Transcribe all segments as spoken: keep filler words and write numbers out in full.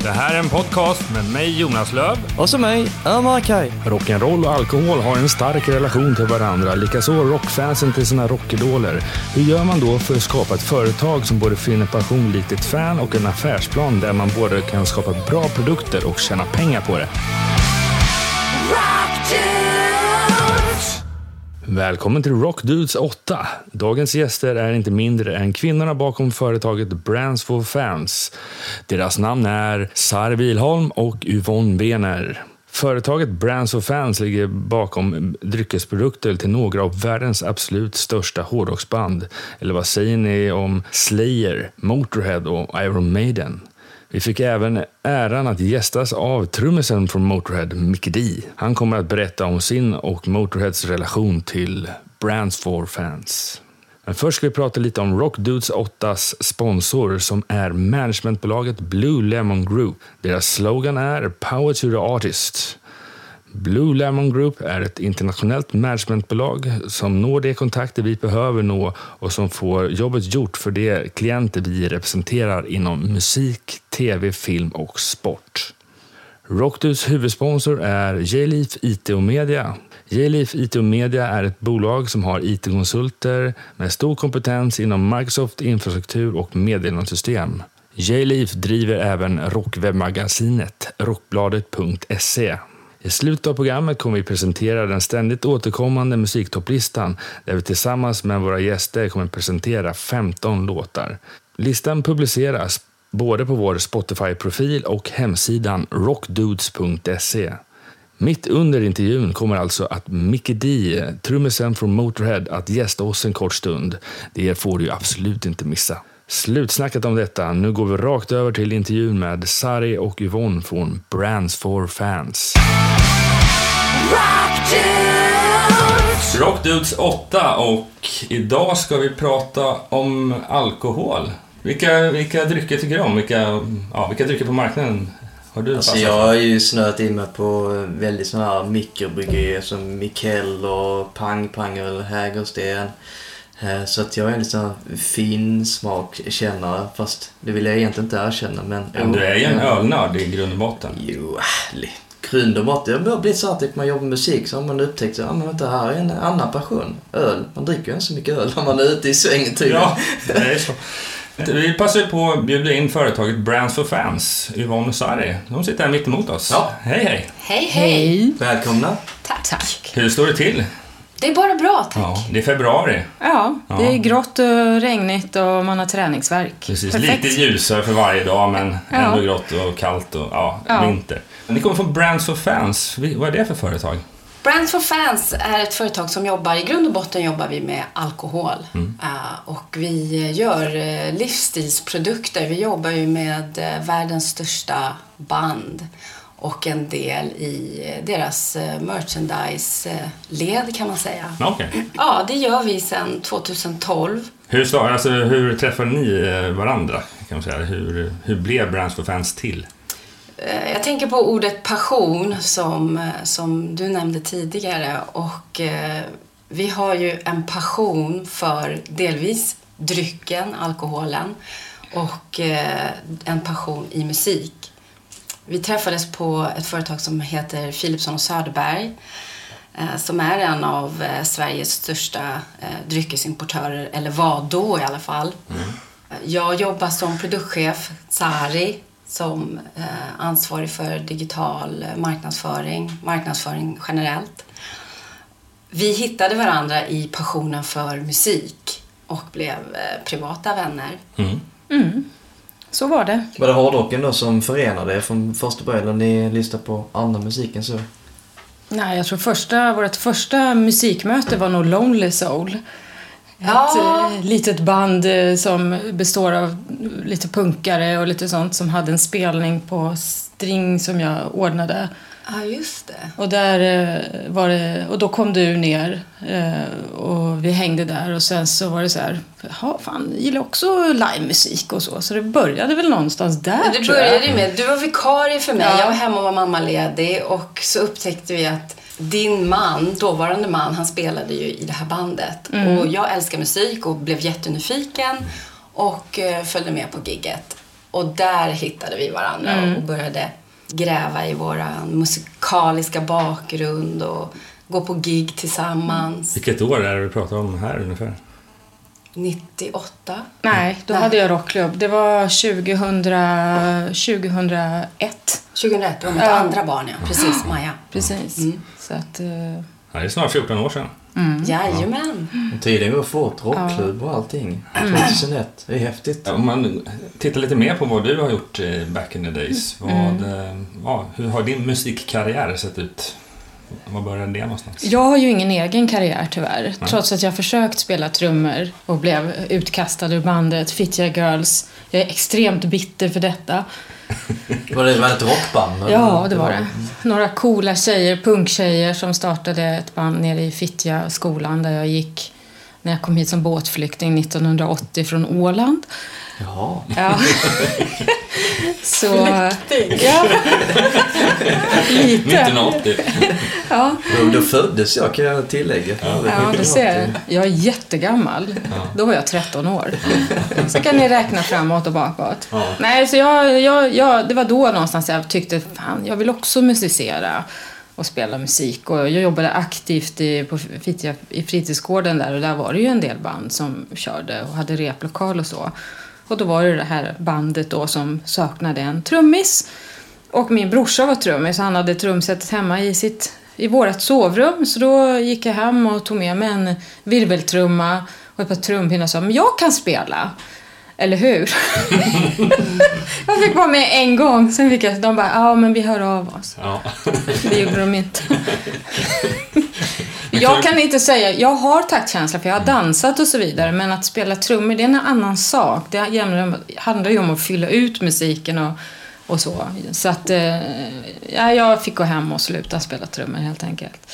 Det här är en podcast med mig, Jonas Löv. Och så mig, Ömar Kaj. Rock'n'roll och alkohol har en stark relation till varandra. Likaså rockfansen till sina rockidoler. Hur gör man då för att skapa ett företag som både finner passion likt ett fan och en affärsplan där man både kan skapa bra produkter och tjäna pengar på det? Välkommen till Rock Dudes åtta. Dagens gäster är inte mindre än kvinnorna bakom företaget Brands for Fans. Deras namn är Sari Wilholm och Yvonne Wener. Företaget Brands for Fans ligger bakom dryckesprodukter till några av världens absolut största hårdrocksband. Eller vad säger ni om Slayer, Motorhead och Iron Maiden? Vi fick även äran att gästas av trummisen från Motorhead, Mikkey Dee. Han kommer att berätta om sin och Motorheads relation till Brands for Fans. Men först ska vi prata lite om Rock Dudes åttas sponsor som är managementbolaget Blue Lemon Group. Deras slogan är Power to the Artist. Blue Lemon Group är ett internationellt managementbolag som når de kontakter vi behöver nå och som får jobbet gjort för de klienter vi representerar inom musik, tv, film och sport. Rockdudes huvudsponsor är J-Leaf I T och Media. J-Leaf I T och Media är ett bolag som har I T-konsulter med stor kompetens inom Microsoft infrastruktur och meddelandesystem. J-Leaf driver även rockwebbmagasinet rockbladet punkt se. I slutet av programmet kommer vi presentera den ständigt återkommande musiktopplistan där vi tillsammans med våra gäster kommer presentera femton låtar. Listan publiceras både på vår Spotify-profil och hemsidan rockdudes punkt se. Mitt under intervjun kommer alltså att Mikkey Dee, trummisen från Motorhead, att gästa oss en kort stund. Det får du absolut inte missa. Slutsnacket om detta. Nu går vi rakt över till intervjun med Sari och Yvonne från Brands for Fans. Rock Dudes åtta, och idag ska vi prata om alkohol. Vilka, vilka drycker tycker du om? Vilka, ja, vilka drycker på marknaden har du alltså, jag har ju snöat in mig på väldigt sådana här mikrobryggerier som Mikkel och Pang Pang eller Hägersten. Så att jag är en lite fin smakkännare, fast det vill jag egentligen inte erkänna. Men, men du är ju en ölnörd i grund och botten. Jo, grund och botten. Jag har blivit så att man jobbar med musik så har man upptäckt att ah, det här är en annan passion. Öl. Man dricker ju inte så mycket öl när man är ute i svängen. Ja, det är så. Vi passar på att bjuda in företaget Brands for Fans, Yvonne och Sari. De sitter här mitt emot oss. Ja. Hej, hej. Hej, hej. Välkomna. Tack, tack. Hur står det till? Det är bara bra, tack. Ja, det är februari. Ja, det är grått och regnigt och man har träningsvärk. Precis, perfekt. lite ljusare för varje dag, men ja. ändå grått och kallt och ja, ja. vinter. Ni kommer från Brands for Fans. Vad är det för företag? Brands for Fans är ett företag som jobbar, i grund och botten jobbar vi med alkohol. Mm. Uh, och vi gör uh, livsstilsprodukter. Vi jobbar ju med uh, världens största band. Och en del i deras merchandise-led kan man säga. Okay. Ja, det gör vi sedan tjugohundratolv. Hur, så, alltså, hur träffade ni varandra? Kan man säga? Hur, hur blev Brands for Fans till? Jag tänker på ordet passion som, som du nämnde tidigare. Och eh, vi har ju en passion för delvis drycken, alkoholen. Och eh, en passion i musik. Vi träffades på ett företag som heter Philipsson och Söderberg, eh, som är en av eh, Sveriges största eh, dryckesimportörer, eller var då i alla fall. Mm. Jag jobbar som produktchef, Sari, som eh, ansvarig för digital marknadsföring, marknadsföring generellt. Vi hittade varandra i passionen för musik och blev eh, privata vänner. Mm. Mm. Så var det. Var det hårdrocken då som förenade er från första början när ni lyssnade på andra musiken så? Nej, jag tror första, vårt första musikmöte var nog Lonely Soul. Ja. Ett eh, litet band eh, som består av lite punkare och lite sånt som hade en spelning på string som jag ordnade. Ja, just det. Och där eh, var det, och då kom du ner eh, och vi hängde där och sen så var det så här, ja fan, jag gillar också livemusik och så. Så det började väl någonstans där. Men det började ju med, du var vikarie för mig, ja. Jag var hemma och var mammaledig och så upptäckte vi att din man, dåvarande man, han spelade ju i det här bandet. Mm. Och jag älskar musik och blev jättenyfiken och eh, följde med på gigget. Och där hittade vi varandra mm. och började gräva i våra musikaliska bakgrund och gå på gig tillsammans. Vilket år är det vi pratar om här ungefär? nittioåtta. Nej, då Nej. hade jag rockklubb. Det var tjugohundra, tjugohundraett. tjugohundraett, det var mitt ja. andra barn, ja. Precis, Maja. Precis. Mm. Så att, uh... ja, det är snart fjorton år sedan. Mm. Jajamän. Mm. Tiden går fort, rockklubb och allting. tjugohundraett, det är häftigt. Ja, om man tittar lite mer på vad du har gjort back in the days. Vad, mm. ja, hur har din musikkarriär sett ut? Var började det någonstans? Jag har ju ingen egen karriär tyvärr. Nej. Trots att jag försökt spela trummor och blev utkastad ur bandet Fittja Girls. Jag är extremt bitter för detta. Var det, var det ett rockband? Ja, det var det. Några coola tjejer, punktjejer som startade ett band nere i Fittja skolan där jag gick när jag kom hit som båtflykting nittonhundraåttio från Åland. Jaha. Ja. Så ja. Lite. nittonhundraåttio. Ja. Då, då föddes jag, kan jag tillägga. Ja, ja du ser. Jag är jättegammal. Ja. Då var jag tretton år. Så kan ni räkna framåt och bakåt. Ja. Nej, så jag, jag, jag, det var då någonstans jag tyckte, fan, jag vill också musicera och spela musik. Och jag jobbade aktivt i, på Fittja, i fritidsgården där. Och där var det ju en del band som körde och hade replokal och så. Och då var det det här bandet då som saknade en trummis. Och min brorsa var trummis, så han hade trumsetet hemma i, sitt, i vårt sovrum. Så då gick jag hem och tog med mig en virveltrumma och ett par trumpinnor och sa, men jag kan spela. Eller hur? Jag fick vara med en gång. Sen fick jag, de bara, ja men vi hör av oss. Ja. Det gjorde de inte. Jag kan inte säga, jag har taktkänsla för jag har dansat och så vidare. Men att spela trummor, det är en annan sak. Det handlar ju om att fylla ut musiken och, och så. Så att ja, jag fick gå hem och sluta spela trummor helt enkelt.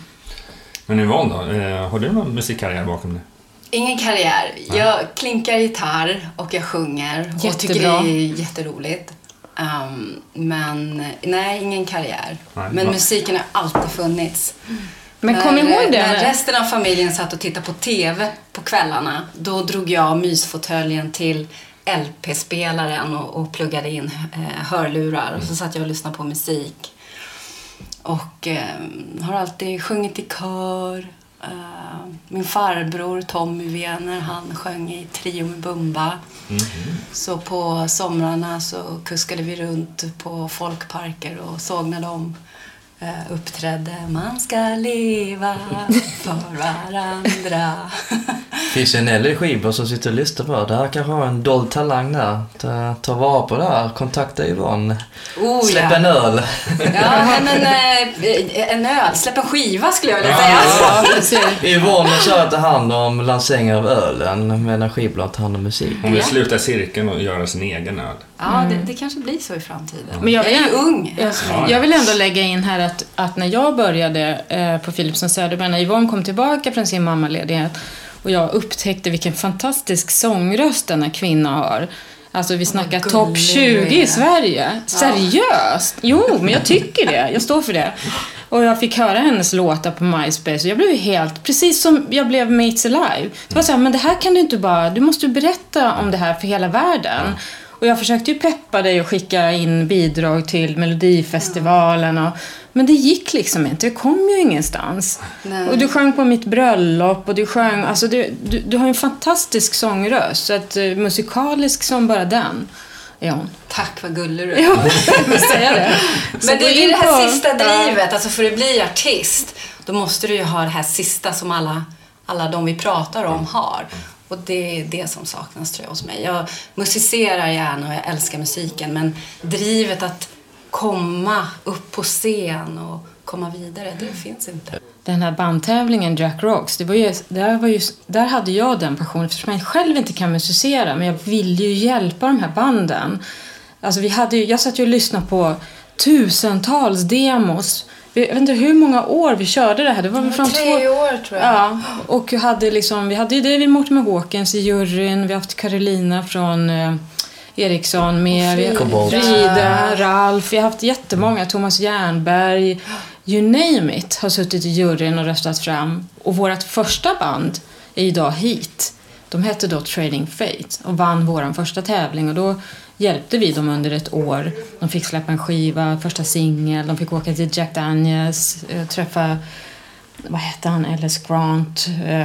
Men Yvonne då, har du någon musikkarriär bakom dig? Ingen karriär. Jag klinkar gitarr och jag sjunger. Jättebra. Och tycker det är jätteroligt. Um, men nej, ingen karriär. Nej, men va? Musiken har alltid funnits. Men kom ihåg det? När resten av familjen satt och tittade på tv på kvällarna, då drog jag mysfåtöljen till L P-spelaren och, och pluggade in eh, hörlurar. Och så satt jag och lyssnade på musik. Och eh, har alltid sjungit i kör. Uh, min farbror Tommy Wener, han sjöng i Trio med Bumba. Mm-hmm. Så på somrarna så kuskade vi runt på folkparker och såg när de uh, uppträdde. Man ska leva för varandra. Finns en äldre skivor som sitter och lyssnar på. Det här kanske har en dold talang där. Ta, ta vara på det här. Kontakta Yvonne. Oh, släpp ja. en öl. Ja, men en, en öl. Släpp en skiva skulle jag vilja säga. Ja, Yvonne kör att ta hand om lanseringen av ölen medan skivbolaget tar hand om musik. Hon vill sluta cirkeln och göra sin egen öl. Ja, det, det kanske blir så i framtiden. Men jag, jag är ju ung. Jag, jag vill ändå lägga in här att, att när jag började eh, på Philipsson Söderberg, när Yvonne kom tillbaka från sin mammaledighet och jag upptäckte vilken fantastisk sångröst den här kvinnan har. Alltså vi snackar topp tjugo i Sverige. Ja. Seriöst? Jo, men jag tycker det. Jag står för det. Och jag fick höra hennes låtar på MySpace och jag blev helt, precis som jag blev med It's Alive. Så var så här, men det här kan du inte bara, du måste berätta om det här för hela världen. Ja. Och jag försökte ju peppa dig och skicka in bidrag till Melodifestivalen. Och, men det gick liksom inte. Det kom ju ingenstans. Nej. Och du sjöng på mitt bröllop. Och du sjöng... Alltså du, du, du har en fantastisk sångröst. Så att, uh, musikalisk som bara den. Ja. Tack, vad gullig du är. Ja, jag vill säga det. Men det är det här på, sista drivet. Alltså för att bli artist, då måste du ju ha det här sista som alla, alla de vi pratar om har. Och det är det som saknas, tror jag, hos mig. Jag musicerar gärna och jag älskar musiken. Men drivet att komma upp på scen och komma vidare, det finns inte. Den här bandtävlingen Jack Rocks, det var ju, där, var ju, där hade jag den passionen. Eftersom jag själv inte kan musicera, men jag ville ju hjälpa de här banden. Alltså vi hade ju, jag satt ju och lyssnade på tusentals demos. Jag vet inte hur många år vi körde det här. Det var väl från tre två... år, tror jag. Ja, och hade liksom, vi hade ju David Mortimer Hawkins i juryn. Vi har haft Carolina från eh, Eriksson med. Frida. Frida, Ralf. Vi har haft jättemånga. Thomas Jernberg. You name it har suttit i juryn och röstat fram. Och vårt första band är idag hit. De hette då Trading Fate och vann vår första tävling och då hjälpte vi dem under ett år. De fick släppa en skiva, första singel, de fick åka till Jack Daniels, träffa, vad hette han, Ellis Grant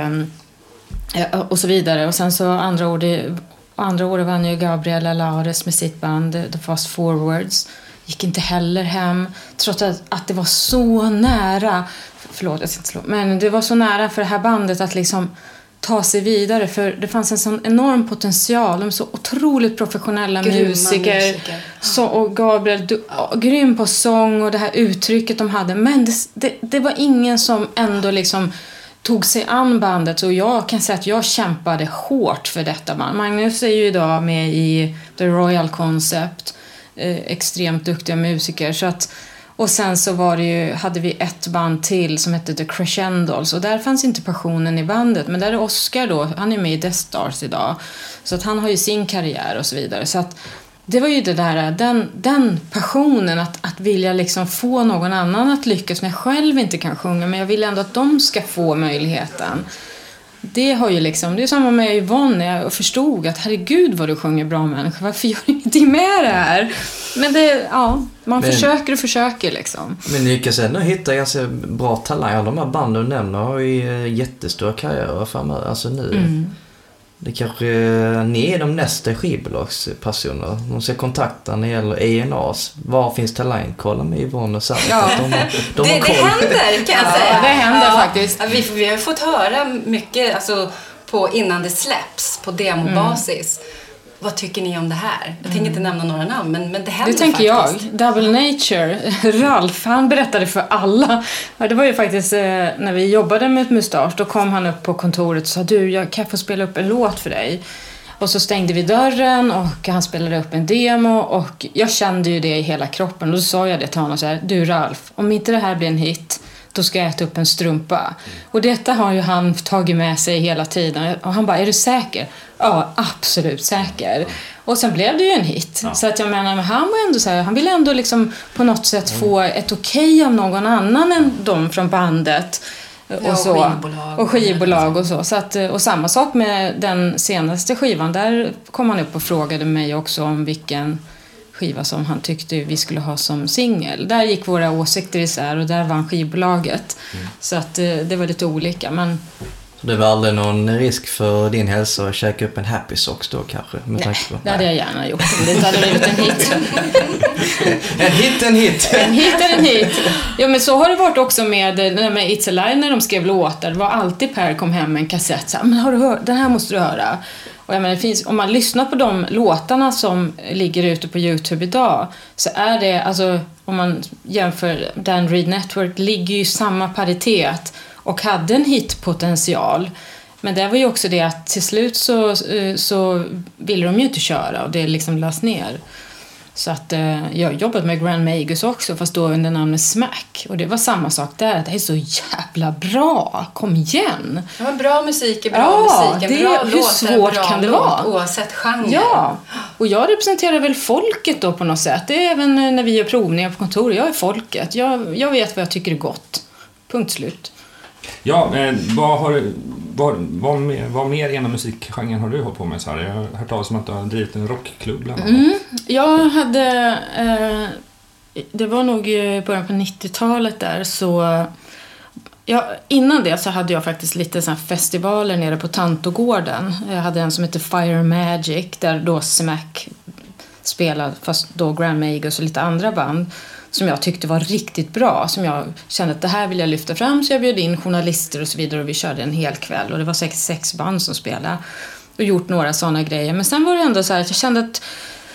och så vidare. Och sen så andra året, andra året vann ju Gabriela Lares med sitt band The Fast Forwards. Gick inte heller hem, trots att, att det var så nära, förlåt jag ska inte slå, men det var så nära för det här bandet att liksom ta sig vidare, för det fanns en sån enorm potential. De är så otroligt professionella Grymma musiker, musiker. Så, och Gabriel, du, och, grym på sång och det här uttrycket de hade, men det, det, det var ingen som ändå liksom tog sig an bandet, och jag kan säga att jag kämpade hårt för detta band. Magnus är ju idag med i The Royal Concept, eh, extremt duktiga musiker, så att, och sen så var det ju, hade vi ett band till som hette The Crescendos, och där fanns inte passionen i bandet, men där är Oscar då, han är med i Death Stars idag, så att han har ju sin karriär och så vidare, så att det var ju det där, den, den passionen att, att vilja liksom få någon annan att lyckas när jag själv inte kan sjunga, men jag vill ändå att de ska få möjligheten. Det har ju liksom, det är samma med Yvonne, när jag förstod att herregud vad du sjunger bra människa, varför gör du ingenting med det här? Men det, ja, man men, försöker och försöker liksom. Men ni lyckas ändå hitta ganska bra talang. Alla de här banden du nämner har ju jättestora karriärer framöver, alltså nu. Mm. Det kanske ni är de nästa skivbolagspersoner. De ska kontakta när det gäller E N A's. Var finns talang? Kolla med Yvonne och Sally. Ja. De, de det, det händer kan jag säga. Ja, det händer ja, faktiskt. Vi, vi har fått höra mycket alltså, på, innan det släpps på demobasis. Mm. Vad tycker ni om det här? Jag tänker inte nämna några namn, men, men det händer det tänker faktiskt. Jag. Double Nature. Ralf, han berättade för alla. Det var ju faktiskt eh, när vi jobbade med ett mustasch. Då kom han upp på kontoret och sa, du, jag kan få spela upp en låt för dig. Och så stängde vi dörren och han spelade upp en demo. Och jag kände ju det i hela kroppen. Och då sa jag det till honom så här, du Ralf, om inte det här blir en hit, då ska jag äta upp en strumpa. Och detta har ju han tagit med sig hela tiden. Och han bara, är du säker? Ja, absolut säker. Och sen blev det ju en hit. Ja. Så att jag menar, men han var ändå så här, han ville ändå liksom på något sätt få ett okej av någon annan än de från bandet. Och, ja, och så. Skivbolag. Och skivbolag och så. så att, och samma sak med den senaste skivan. Där kom han upp och frågade mig också om vilken skiva som han tyckte vi skulle ha som singel. Där gick våra åsikter isär och där vann skivbolaget. Mm. Så att det var lite olika, men så det var aldrig någon risk för din hälsa att käka upp en Happy Socks då kanske? Med nej, på. Det hade jag gärna gjort. Det hade blivit en hit. en hit, en hit. En hit är en hit. Ja, men så har det varit också med, med It's Alive när de skrev låtar. Det var alltid Per kom hem med en kassett. Så, men har du hört? Den här måste du höra. Och jag menar, det finns, om man lyssnar på de låtarna som ligger ute på YouTube idag, så är det, alltså om man jämför Dan Reed Network, ligger ju samma paritet och hade en hitpotential. Men det var ju också det att till slut så, så ville de ju inte köra och det liksom lades ner. Så att eh, jag jobbat med Grand Magus också, fast då under namnet Smack. Och det var samma sak där, det är så jävla bra, kom igen. Ja, men bra musik är bra ja, musik, en bra det, hur låt svårt bra kan det låt, vara? Oavsett genre. Ja, och jag representerar väl folket då på något sätt. Det är även när vi gör provningar på kontoret, jag är folket. Jag, jag vet vad jag tycker är gott, punkt slut. Ja, men vad, har, vad, vad, mer, vad mer inom musikgenren har du hållit på med så här? Jag har hört talas om att du har drivit en rockklubb bland annat. Mm, jag hade, eh, det var nog i början på nittiotalet där, så ja, innan det så hade jag faktiskt lite så här festivaler nere på Tantogården. Jag hade en som heter Fire Magic där då Smack spelade, fast då Grand Magus och lite andra band som jag tyckte var riktigt bra, som jag kände att det här vill jag lyfta fram, så jag bjöd in journalister och så vidare och vi körde en hel kväll och det var säkert sex band som spelade och gjort några sådana grejer. Men sen var det ändå så här att jag kände att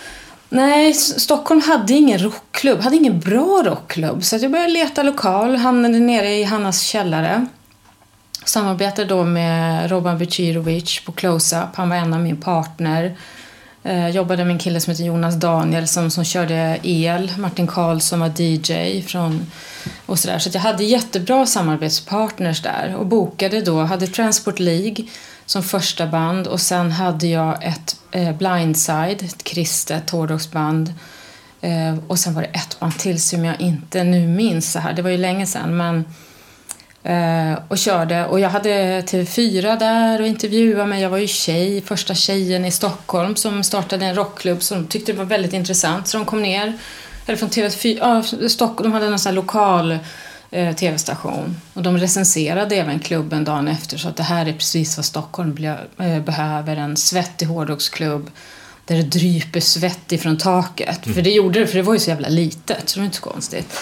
nej, Stockholm hade ingen rockklubb, hade ingen bra rockklubb, så att jag började leta lokal, hamnade nere i Hannas källare, samarbetade då med Roban Becirovic på Close-Up, han var en av min partner. Eh, jobbade med en kille som heter Jonas Daniel som, som körde el, Martin Karlsson var D J från, och sådär. Så att jag hade jättebra samarbetspartners där och bokade då, hade Transport League som första band och sen hade jag ett eh, Blindside, ett kristet hårdrocksband eh, och sen var det ett band till som jag inte nu minns så här, det var ju länge sedan, men Eh, och körde. Och jag hade T V fyra där och intervjuade mig. Jag var ju tjej, första tjejen i Stockholm som startade en rockklubb som tyckte det var väldigt intressant. Så de kom ner, eller från T V fyra, ja, Stockholm, de hade en sån här lokal eh, tv-station. Och de recenserade även klubben dagen efter, så att det här är precis vad Stockholm ble, eh, behöver. En svettig hårdrocksklubb där det dryper svett ifrån taket. Mm. För det gjorde det, för det var ju så jävla litet, så det var inte så konstigt.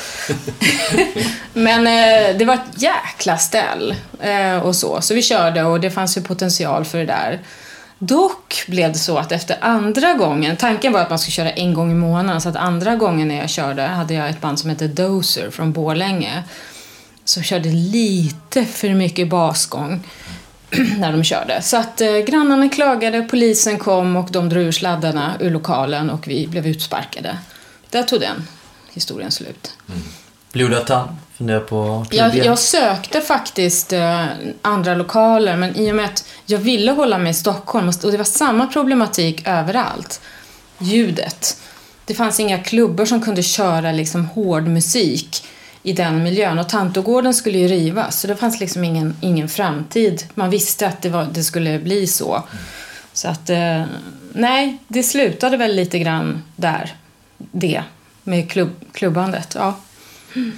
Men eh, det var ett jäkla ställ eh, och så. Så vi körde och det fanns ju potential för det där. Dock blev det så att efter andra gången, tanken var att man skulle köra en gång i månaden, så att andra gången när jag körde hade jag ett band som heter Dozer från Borlänge. Så körde lite för mycket basgång när de körde. Så att eh, grannarna klagade, polisen kom och de drog ur sladdarna ur lokalen och vi blev utsparkade. Där tog den historien slut. Mm. Blodad tand? Funderar på jag, jag sökte faktiskt eh, andra lokaler, men i och med att jag ville hålla mig i Stockholm och det var samma problematik överallt. Ljudet. Det fanns inga klubbar som kunde köra liksom hård musik i den miljön, och Tantogården skulle ju rivas, så det fanns liksom ingen, ingen framtid. Man visste att det, var, det skulle bli så. Mm. Så att, eh, nej, det slutade väl lite grann där, det, med klubb, klubbandet, ja. Mm.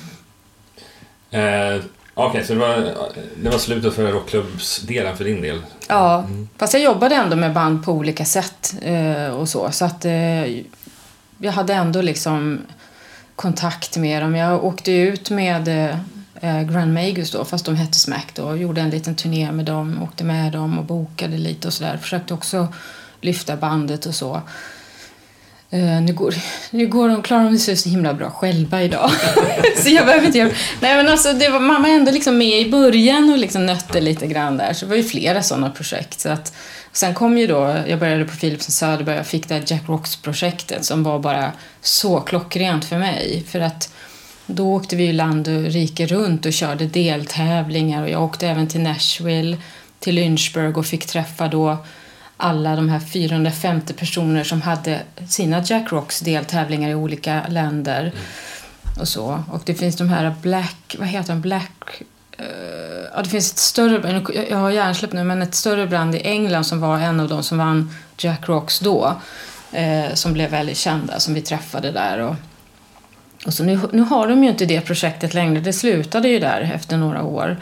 Eh, Okej, okay, så det var, det var slutet för rockklubbsdelen för din del? Ja, mm. Fast jag jobbade ändå med band på olika sätt eh, och så, så att eh, jag hade ändå liksom kontakt med dem. Jag åkte ut med eh, Grand Magus då, fast de hette Smack då, gjorde en liten turné med dem, åkte med dem och bokade lite och sådär. Försökte också lyfta bandet och så. Uh, nu, går, nu går de, klarar de sig så himla bra själva idag. Så jag behöver inte göra... Nej, men alltså, det var, mamma ändå liksom med i början och liksom nötte lite grann där. Så det var ju flera sådana projekt. Så att, sen kom ju då, jag började på Philipsen Söderberg, jag fick det här Jack Rocks-projektet som var bara så klockrent för mig. För att då åkte vi ju land och rike runt och körde deltävlingar. Och jag åkte även till Nashville, till Lynchburg och fick träffa då alla de här fyrahundrafemtio personer som hade sina Jack Rocks deltävlingar i olika länder. Mm. Och så. Och det finns de här Black, vad heter de? Black... Uh, ja, det finns ett större... Jag har hjärnsläpp nu, men ett större brand i England som var en av de som vann Jack Rocks då. Uh, som blev väldigt kända, som vi träffade där. Och, och så nu, nu har de ju inte det projektet längre. Det slutade ju där efter några år.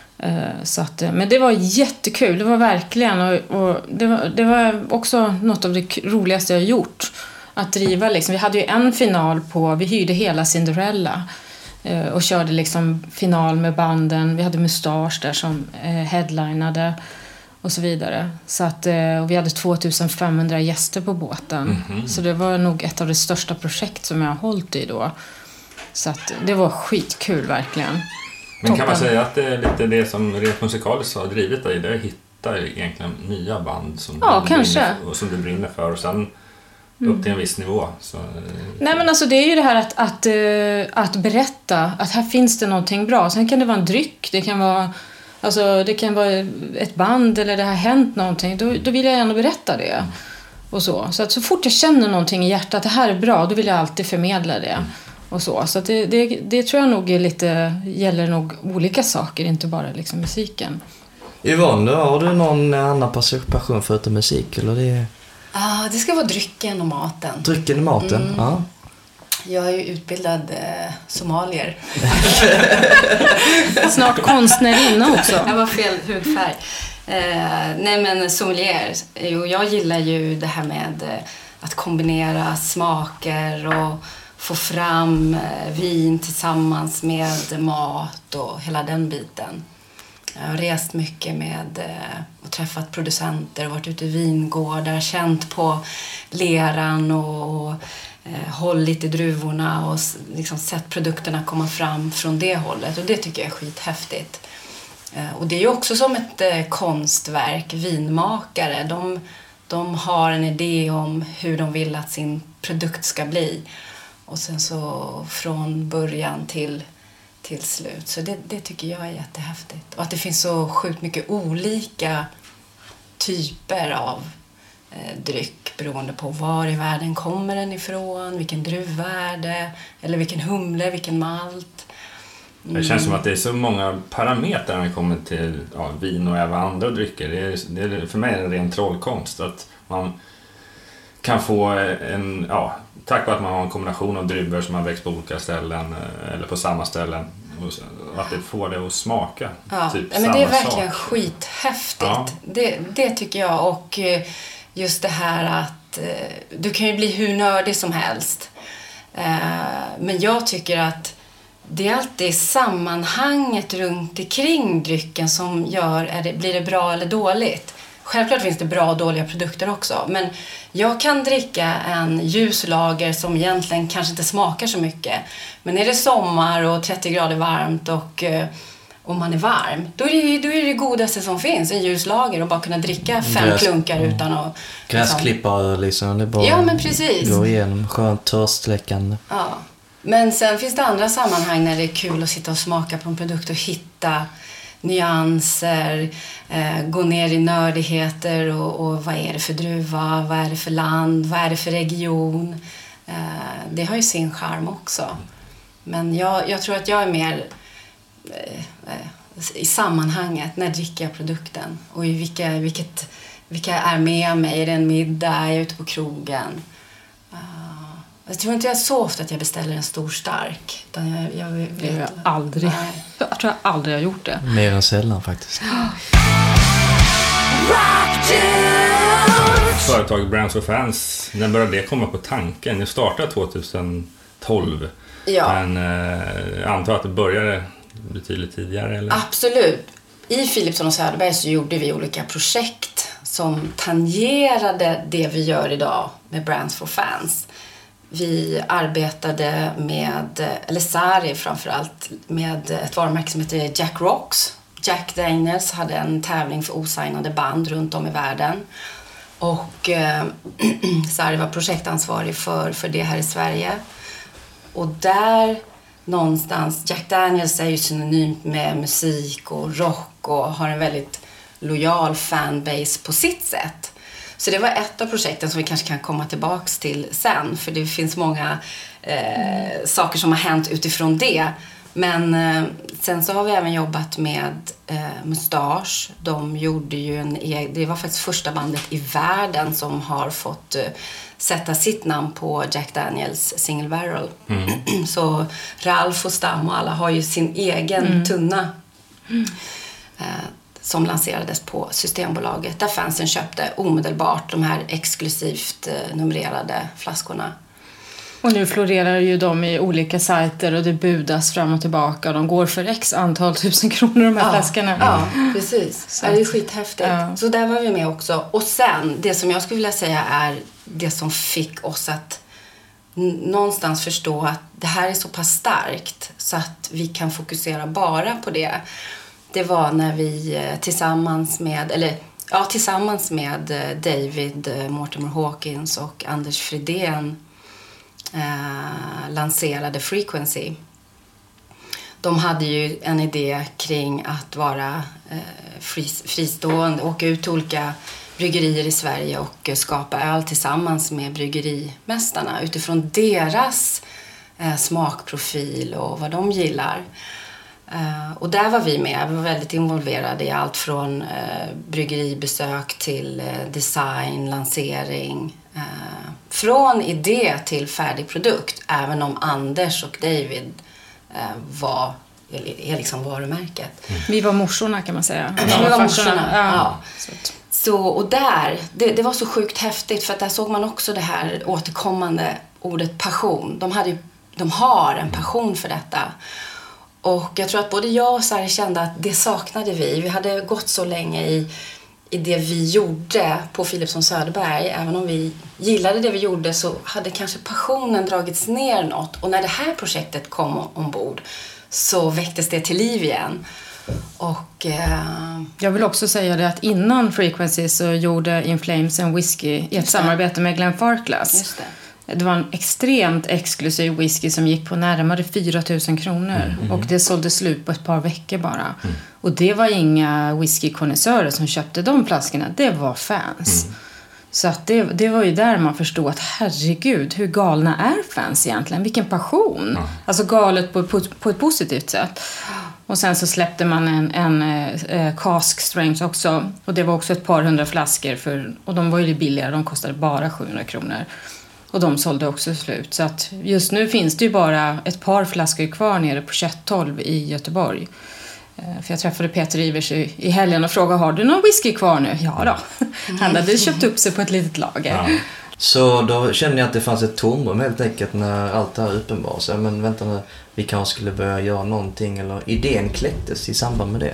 Så att, men det var jättekul, det var verkligen, och, och det, var, det var också något av det roligaste jag gjort, att driva liksom. Vi hade ju en final på, vi hyrde hela Cinderella och körde liksom final med banden, vi hade Mustasch där som headlinade och så vidare, så att, och vi hade tvåtusenfemhundra gäster på båten. Mm-hmm. Så det var nog ett av de största projekt som jag har hållit i då, så att det var skitkul verkligen. Men kan man säga att det är lite det som rent musikaliskt har drivit dig? Det är att hitta egentligen nya band som, ja, du, kanske. Brinner, och som du brinner för, och sen mm. upp till en viss nivå. Så, nej, men alltså det är ju det här att, att, att berätta att här finns det någonting bra. Sen kan det vara en dryck, det kan vara, alltså, det kan vara ett band eller det har hänt någonting. Då, då vill jag gärna berätta det. Mm. Och så. Så att så fort jag känner någonting i hjärtat, det här är bra, då vill jag alltid förmedla det. Mm. Och så så det, det, det tror jag nog är lite, gäller nog olika saker, inte bara liksom musiken. Yvonne, har du någon annan passion förutom musik? Eller det... Ah, det ska vara drycken och maten. Drycken och maten, mm. ja. Jag är ju utbildad eh, somalier. Snart konstnärinna också. Jag var fel hudfärg. Eh, nej men sommelier. Jo, jag gillar ju det här med eh, att kombinera smaker och få fram eh, vin tillsammans med mat och hela den biten. Jag har rest mycket med eh, och träffat producenter och varit ute i vingårdar, känt på leran och, och eh, hållit i druvorna och liksom sett produkterna komma fram från det hållet, och det tycker jag är skithäftigt. Eh, och det är ju också som ett eh, konstverk, vinmakare. De, de har en idé om hur de vill att sin produkt ska bli. Och sen så från början till, till slut. Så det, det tycker jag är jättehäftigt. Och att det finns så sjukt mycket olika typer av eh, dryck beroende på var i världen kommer den ifrån, vilken druva är det, eller vilken humle, vilken malt. Det känns som att det är så många parametrar när det kommer till ja, vin och även andra drycker. Det är, det är, för mig är det en ren trollkonst att man kan få en, ja, tack vare att man har en kombination av druvor som har växt på olika ställen eller på samma ställen, och att det får det att smaka. Ja, typ men samma det är verkligen sak. skithäftigt. Ja. Det, det tycker jag. Och just det här att du kan ju bli hur nördig som helst. Men jag tycker att det är alltid sammanhanget runt omkring drycken som gör, är det, blir det bra eller dåligt. Självklart finns det bra och dåliga produkter också. Men jag kan dricka en ljuslager som egentligen kanske inte smakar så mycket. Men är det sommar och trettio grader varmt och, och man är varm, då är, det, då är det det godaste som finns. En ljuslager och bara kunna dricka fem Gräs, klunkar utan att... Gräsklippare liksom. Det bara ja, men precis. Går igenom skönt törstsläckande. Ja. Men sen finns det andra sammanhang när det är kul att sitta och smaka på en produkt och hitta nyanser, eh, gå ner i nördigheter och, och vad är det för druva, vad är det för land, vad är det för region. Eh, det har ju sin charm också. Men jag, jag tror att jag är mer eh, eh, i sammanhanget, när dricker jag produkten och i vilka, vilket, vilka är med mig, är det en middag, är jag ute på krogen. Uh, jag tror inte jag så ofta att jag beställer en stor stark. Utan jag, jag vet, det har jag aldrig. Nej. Jag tror jag aldrig har gjort det. Mer än sällan faktiskt. Företaget Brands for Fans, när började det komma på tanken? Det startade tjugohundratolv. Ja. Men eh, jag antar att det började betydligt tidigare, eller? Absolut. I Philipsson och Söderberg så gjorde vi olika projekt som tangerade det vi gör idag med Brands for Fans. Vi arbetade med, eller Sari framförallt, med ett varumärke som heter Jack Rocks. Jack Daniels hade en tävling för osignade band runt om i världen. Och eh, Sari var projektansvarig för, för det här i Sverige. Och där någonstans, Jack Daniels är ju synonymt med musik och rock och har en väldigt lojal fanbase på sitt sätt. Så det var ett av projekten som vi kanske kan komma tillbaks till sen. För det finns många eh, saker som har hänt utifrån det. Men eh, sen så har vi även jobbat med eh, Mustache. De gjorde ju en egen, det var faktiskt första bandet i världen som har fått eh, sätta sitt namn på Jack Daniels Single Barrel. Mm. Så Ralf och Stam och alla har ju sin egen mm. tunna. Mm. Eh, som lanserades på Systembolaget, där fansen köpte omedelbart de här exklusivt eh, numrerade flaskorna. Och nu florerar ju de i olika sajter och det budas fram och tillbaka och de går för x antal tusen kronor de här ja, flaskorna. Ja, precis. Så. Ja, det är skithäftigt. Ja. Så där var vi med också. Och sen, det som jag skulle vilja säga är det som fick oss att n- någonstans förstå att det här är så pass starkt så att vi kan fokusera bara på det. Det var när vi tillsammans med, eller ja, tillsammans med David Mortimer Hawkins och Anders Fridén eh, lanserade Frequency. De hade ju en idé kring att vara eh, fris, fristående, åka ut till olika bryggerier i Sverige och skapa öl tillsammans med bryggerimästarna utifrån deras eh, smakprofil och vad de gillar. Uh, och där var vi med. Vi var väldigt involverade i allt från uh, bryggeribesök till uh, design, lansering. Uh, från idé till färdig produkt. Även om Anders och David uh, var är liksom varumärket. Mm. Vi var morsorna kan man säga. Ja, vi var morsorna. Ja. Ja. Så, så och där, det, det var så sjukt häftigt för att där såg man också det här återkommande ordet passion. De, hade ju, de har en passion för detta. Och jag tror att både jag och Sari kände att det saknade vi. Vi hade gått så länge i, i det vi gjorde på Philipsson Söderberg. Även om vi gillade det vi gjorde så hade kanske passionen dragits ner något. Och när det här projektet kom ombord så väcktes det till liv igen. Och, eh... jag vill också säga det att innan Frequency så gjorde In Flames en whisky i ett samarbete med Glenfarclas. Just det. Det var en extremt exklusiv whisky som gick på närmare fyra tusen kronor. Mm. Och det sålde slut på ett par veckor bara. Mm. Och det var inga whiskykonnässörer som köpte de flaskorna. Det var fans. Mm. Så att det, det var ju där man förstod att herregud, hur galna är fans egentligen? Vilken passion! Mm. Alltså galet på, på, på ett positivt sätt. Och sen så släppte man en, en eh, cask strength också. Och det var också ett par hundra flaskor. För, och de var ju billiga, de kostade bara sjuhundra kronor. Och de sålde också slut. Så att just nu finns det ju bara ett par flaskor kvar nere på tjugotolv i Göteborg. För jag träffade Peter Ivers i, i helgen och frågade, har du någon whisky kvar nu? Ja då. Han hade köpt upp sig på ett litet lager. Ja. Så då kände jag att det fanns ett tomrum helt enkelt när allt det här uppenbar sig. Men vänta nu, vi kanske skulle börja göra någonting, eller idén kläcktes i samband med det.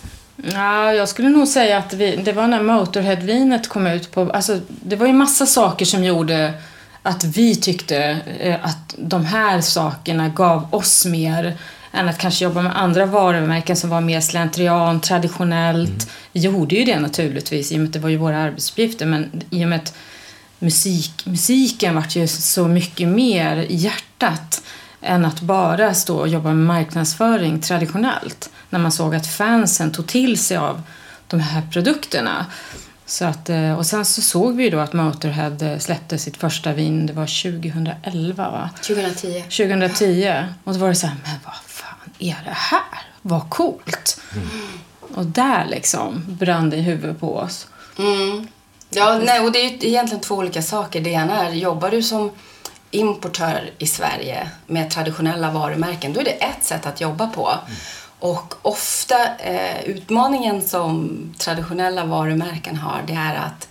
Ja, jag skulle nog säga att vi, det var när Motorhead-vinet kom ut på, alltså det var ju massa saker som gjorde att vi tyckte eh, att de här sakerna gav oss mer än att kanske jobba med andra varumärken som var mer slentrian, traditionellt. Mm. Vi gjorde ju det naturligtvis i och med att det var ju våra arbetsuppgifter, men i och med att musik, musiken var ju så mycket mer i hjärtat än att bara stå och jobba med marknadsföring traditionellt. När man såg att fansen tog till sig av de här produkterna. Så att, och sen så såg vi ju då att Motorhead släppte sitt första vin, det var tjugoelva va? tjugohundratio. tjugohundratio. Och då var det så här, men vad fan är det här? Vad coolt. Mm. Och där liksom brann det i huvudet på oss. Mm. Ja, nej, och det är ju egentligen två olika saker. Det ena är, jobbar du som importör i Sverige med traditionella varumärken, då är det ett sätt att jobba på. Mm. Och ofta eh, utmaningen som traditionella varumärken har, det är att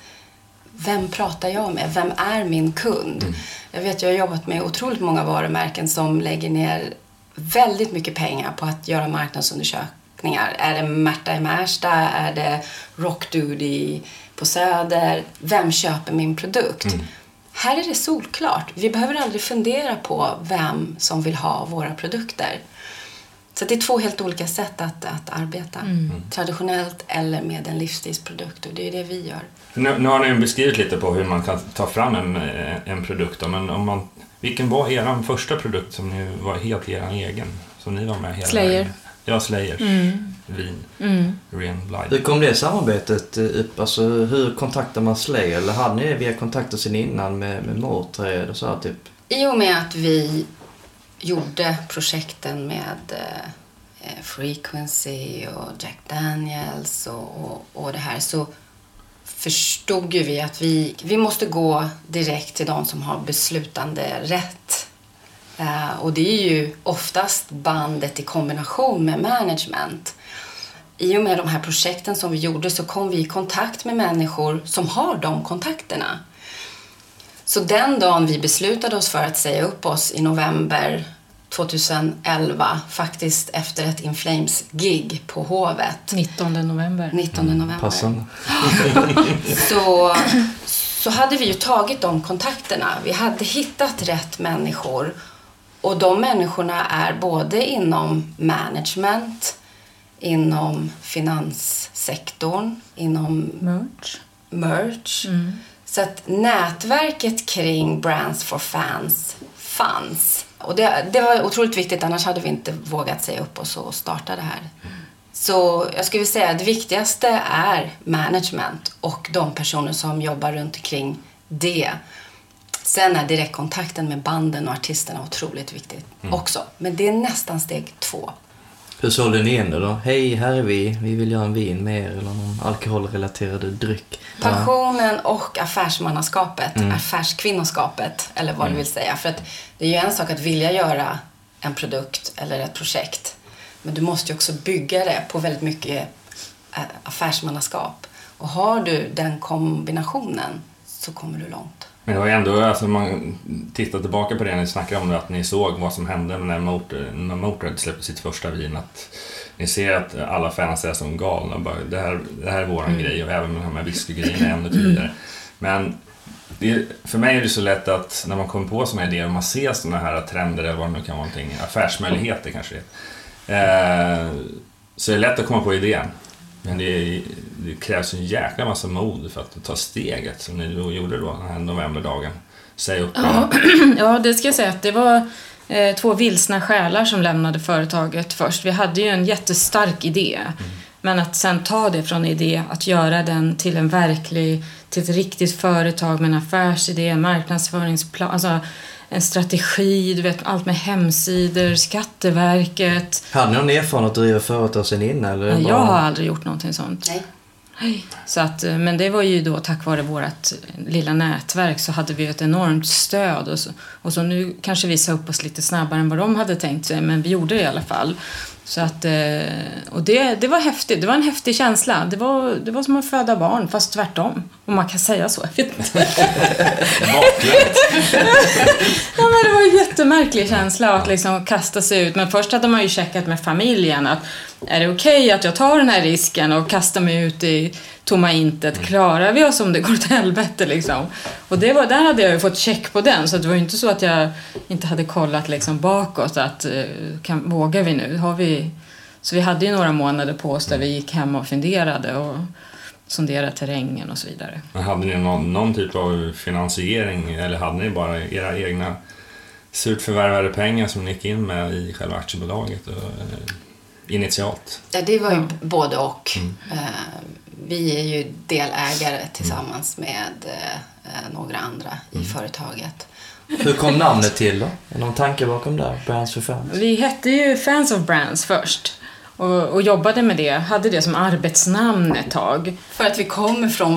vem pratar jag med? Vem är min kund? Mm. Jag vet, jag har jobbat med otroligt många varumärken som lägger ner väldigt mycket pengar på att göra marknadsundersökningar. Är det Märta i Märsta? Är det Rockdude på Söder? Vem köper min produkt? Mm. Här är det solklart. Vi behöver aldrig fundera på vem som vill ha våra produkter. Så det är två helt olika sätt att, att arbeta. Mm. Traditionellt eller med en livsstilsprodukt. Och det är det vi gör. Nu, nu har ni beskrivit lite på hur man kan ta fram en, en produkt. Då, men om man, vilken var er första produkt som ni var helt er egen? Som ni var med hela Slayer. Vägen? Ja, Slayer. Mm. Vin. Mm. Ren Blind. Hur kom det samarbetet upp? Alltså, hur kontaktar man Slayer? Eller hade ni via kontakter sen innan med, med Motörhead och så här, typ? I och med att vi gjorde projekten med eh, Frequency och Jack Daniels och, och, och det här, så förstod ju vi att vi, vi måste gå direkt till de som har beslutande rätt. Eh, och det är ju oftast bandet i kombination med management. I och med de här projekten som vi gjorde så kom vi i kontakt med människor som har de kontakterna. Så den dagen vi beslutade oss för att säga upp oss i november tjugoelva, faktiskt efter ett In Flames-gig på Hovet. nittonde november. nittonde november. Passande. så, så hade vi ju tagit de kontakterna. Vi hade hittat rätt människor. Och de människorna är både inom management, inom finanssektorn, inom merch. merch. Mm. Så att nätverket kring Brands for Fans fanns. Och det, det var otroligt viktigt, annars hade vi inte vågat säga upp oss och starta det här. Mm. Så jag skulle säga att det viktigaste är management och de personer som jobbar runt omkring det. Sen är direktkontakten med banden och artisterna otroligt viktigt mm. också. Men det är nästan steg två. Hur sålde ni in det då? Hej, här är vi. Vi vill göra en vin med er eller någon alkoholrelaterad dryck. Passionen och affärsmannaskapet, mm. affärskvinnoskapet eller vad mm. du vill säga. För att det är ju en sak att vilja göra en produkt eller ett projekt. Men du måste ju också bygga det på väldigt mycket affärsmannaskap. Och har du den kombinationen så kommer du långt. Men det var ändå, alltså man tittar tillbaka på det när ni snackade om det, att ni såg vad som hände när Motorhead Motorhead släppte sitt första vin, att ni ser att alla fans är som galna, bara, det, här, det här är våran mm. grej, och även de här whiskygrejerna är ännu tydligare. Men det, för mig är det så lätt att när man kommer på såna idéer och man ser såna här trender eller vad det nu kan vara, någonting, affärsmöjligheter kanske eh, så är det lätt att komma på idén. Men det, det krävs en jäkla massa mod för att ta steget som ni då gjorde då den här novemberdagen. Säg upp. Ja, ja, det ska jag säga att det var eh, två vilsna själar som lämnade företaget först. Vi hade ju en jättestark idé. Mm. Men att sen ta det från idé, att göra den till en verklig till ett riktigt företag med en affärsidé, en marknadsföringsplan, alltså en strategi, du vet, allt med hemsidor, Skatteverket. Hade ni någon erfarenhet att driva företag sen innan? Eller Jag bara... har aldrig gjort någonting sånt. Nej. Så att, men det var ju då tack vare vårt lilla nätverk så hade vi ett enormt stöd och så, och så nu kanske vi sa upp oss lite snabbare än vad de hade tänkt sig, men vi gjorde det i alla fall. Så att, och det, det var häftigt, det var en häftig känsla. Det var, det var som att föda barn, fast tvärtom. Om man kan säga så, jag vet inte. Ja, men det var en jättemärklig känsla att liksom kasta sig ut. Men först hade man ju checkat med familjen att är det okej okay att jag tar den här risken och kastar mig ut i tomma intet? Klarar vi oss om det går till helvete liksom? Och det var, där hade jag ju fått check på den, så det var ju inte så att jag inte hade kollat liksom bakåt att kan, vågar vi nu? Har vi... Så vi hade ju några månader på oss där vi gick hem och funderade och sonderade terrängen och så vidare. Men hade ni någon, någon typ av finansiering eller hade ni bara era egna surt förvärvade pengar som ni gick in med i själva aktiebolaget och, eh, initialt? Ja, det var ju Ja. både och. Mm. Eh, vi är ju delägare tillsammans med eh, några andra i Mm. företaget. Hur kom namnet till då? Är det någon tanke bakom där? Brands for Fans? Vi hette ju Fans of Brands först och, och jobbade med det, hade det som arbetsnamn ett tag. För att vi kommer från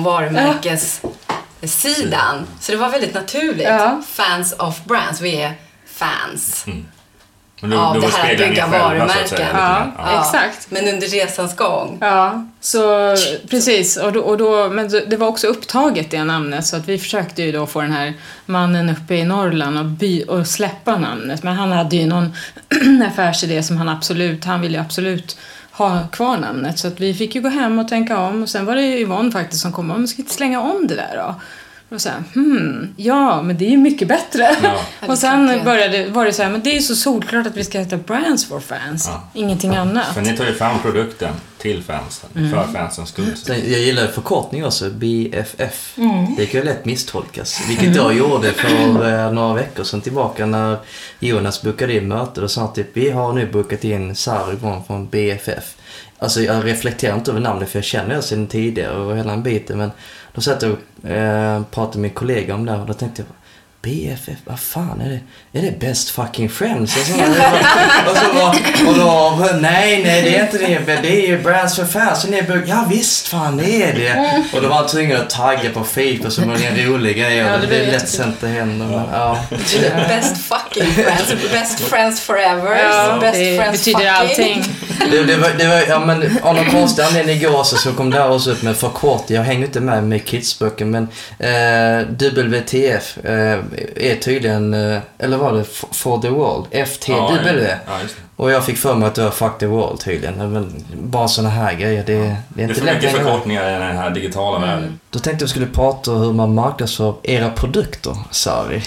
varumärkessidan. Så det var väldigt naturligt. Ja. Fans of Brands. Vi är fans. Mm. Men då, Av då det här speglar att ni bygga själva, varumärken. så att säga, lite Ja. grann. Ja. Exakt. Men under resans gång. Ja, så precis. Och då, och då, men det var också upptaget det namnet, så att vi försökte ju då få den här mannen uppe i Norrland och, by, och släppa namnet. Men han hade ju någon affärsidé som han absolut, han ville ju absolut ha kvar namnet. Så att vi fick ju gå hem och tänka om. Och sen var det ju Yvonne faktiskt som kom, man ska inte slänga om det där då. Och så här, hmm, ja, men det är ju mycket bättre. Ja. Och sen började, var det så här, men det är ju så solklart att vi ska heta Brands for Fans. Ja. Ingenting annat. För ni tar ju fram produkten till fansen, Mm. för fansens skull. Sen, jag gillar förkortning också, B F F. Mm. Det kan ju lätt misstolkas. Vilket jag gjorde för eh, några veckor sedan tillbaka när Jonas bokade in möte. Och sa typ, vi har nu bokat in Sari från B F F. Alltså jag reflekterar inte över namnet för jag känner det sedan tidigare och hela en bit. Men då satt jag och eh, pratade med min kollega om det och då tänkte jag, B F F, vad fan är det? Är det Best Fucking Friends? Och så, och så var, och då, nej, nej, det är inte det. Det är ju Brands for Fans. Och ni är, ja visst, fan, det är det. Och då var han tvungen att tagga på Facebook och så var det en rolig grej. Ja, Ja, det det var är lätt sent det händer. Men, ja. Best fucking friends. Best friends forever. Ja, best det friends betyder fucking. allting. Det, det var, det var, ja men av någon konstig anledning igår så, så kom det här också upp med förkortning. Jag hänger inte med med kidsböcker men eh, W T F eh, är tydligen, eh, eller var det For the World? F T W. Ja, ja, just det. Och jag fick för mig att det var Fuck the World tydligen. Men bara såna här grejer, det, det är Det är inte för lätt mycket längre. förkortningar i den här digitala Mm. världen. Då tänkte jag skulle prata om hur man marknadsför era produkter, Sari.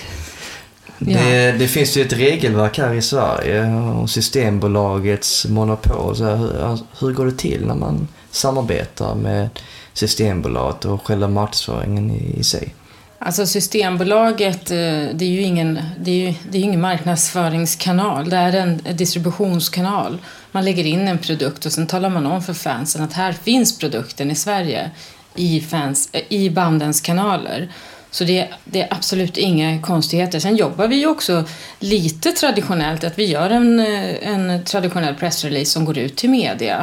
Ja. Det, det finns ju ett regelverk här i Sverige och Systembolagets monopol. Så här, hur, hur går det till när man samarbetar med Systembolaget och själva marknadsföringen i, i sig? Alltså Systembolaget, eh, det är ju ingen, det är ju, det är ingen marknadsföringskanal. Det är en distributionskanal. Man lägger in en produkt och sen talar man om för fansen att här finns produkten i Sverige i, fans, i bandens kanaler. Så det, det är absolut inga konstigheter. Sen jobbar vi ju också lite traditionellt, att vi gör en, en traditionell pressrelease som går ut till media.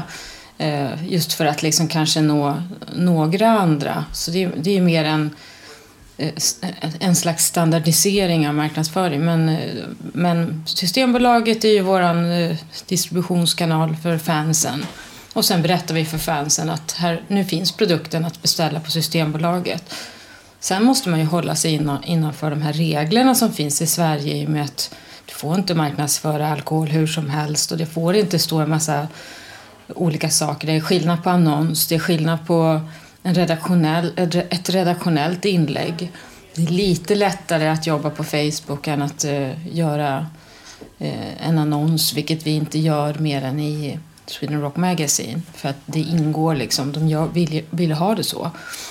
Just för att liksom kanske nå några andra. Så det, det är ju mer en, en slags standardisering av marknadsföring. Men, men Systembolaget är ju våran distributionskanal för fansen. Och sen berättar vi för fansen att här, nu finns produkten att beställa på Systembolaget. Sen måste man ju hålla sig innan, innanför de här reglerna som finns i Sverige i och med att du får inte marknadsföra alkohol hur som helst och det får inte stå en massa olika saker. Det är skillnad på annons, det är skillnad på en redaktionell, ett redaktionellt inlägg. Det är lite lättare att jobba på Facebook än att uh, göra uh, en annons, vilket vi inte gör mer än i Sweden Rock Magazine. För att det ingår liksom, de gör, vill, vill ha det så.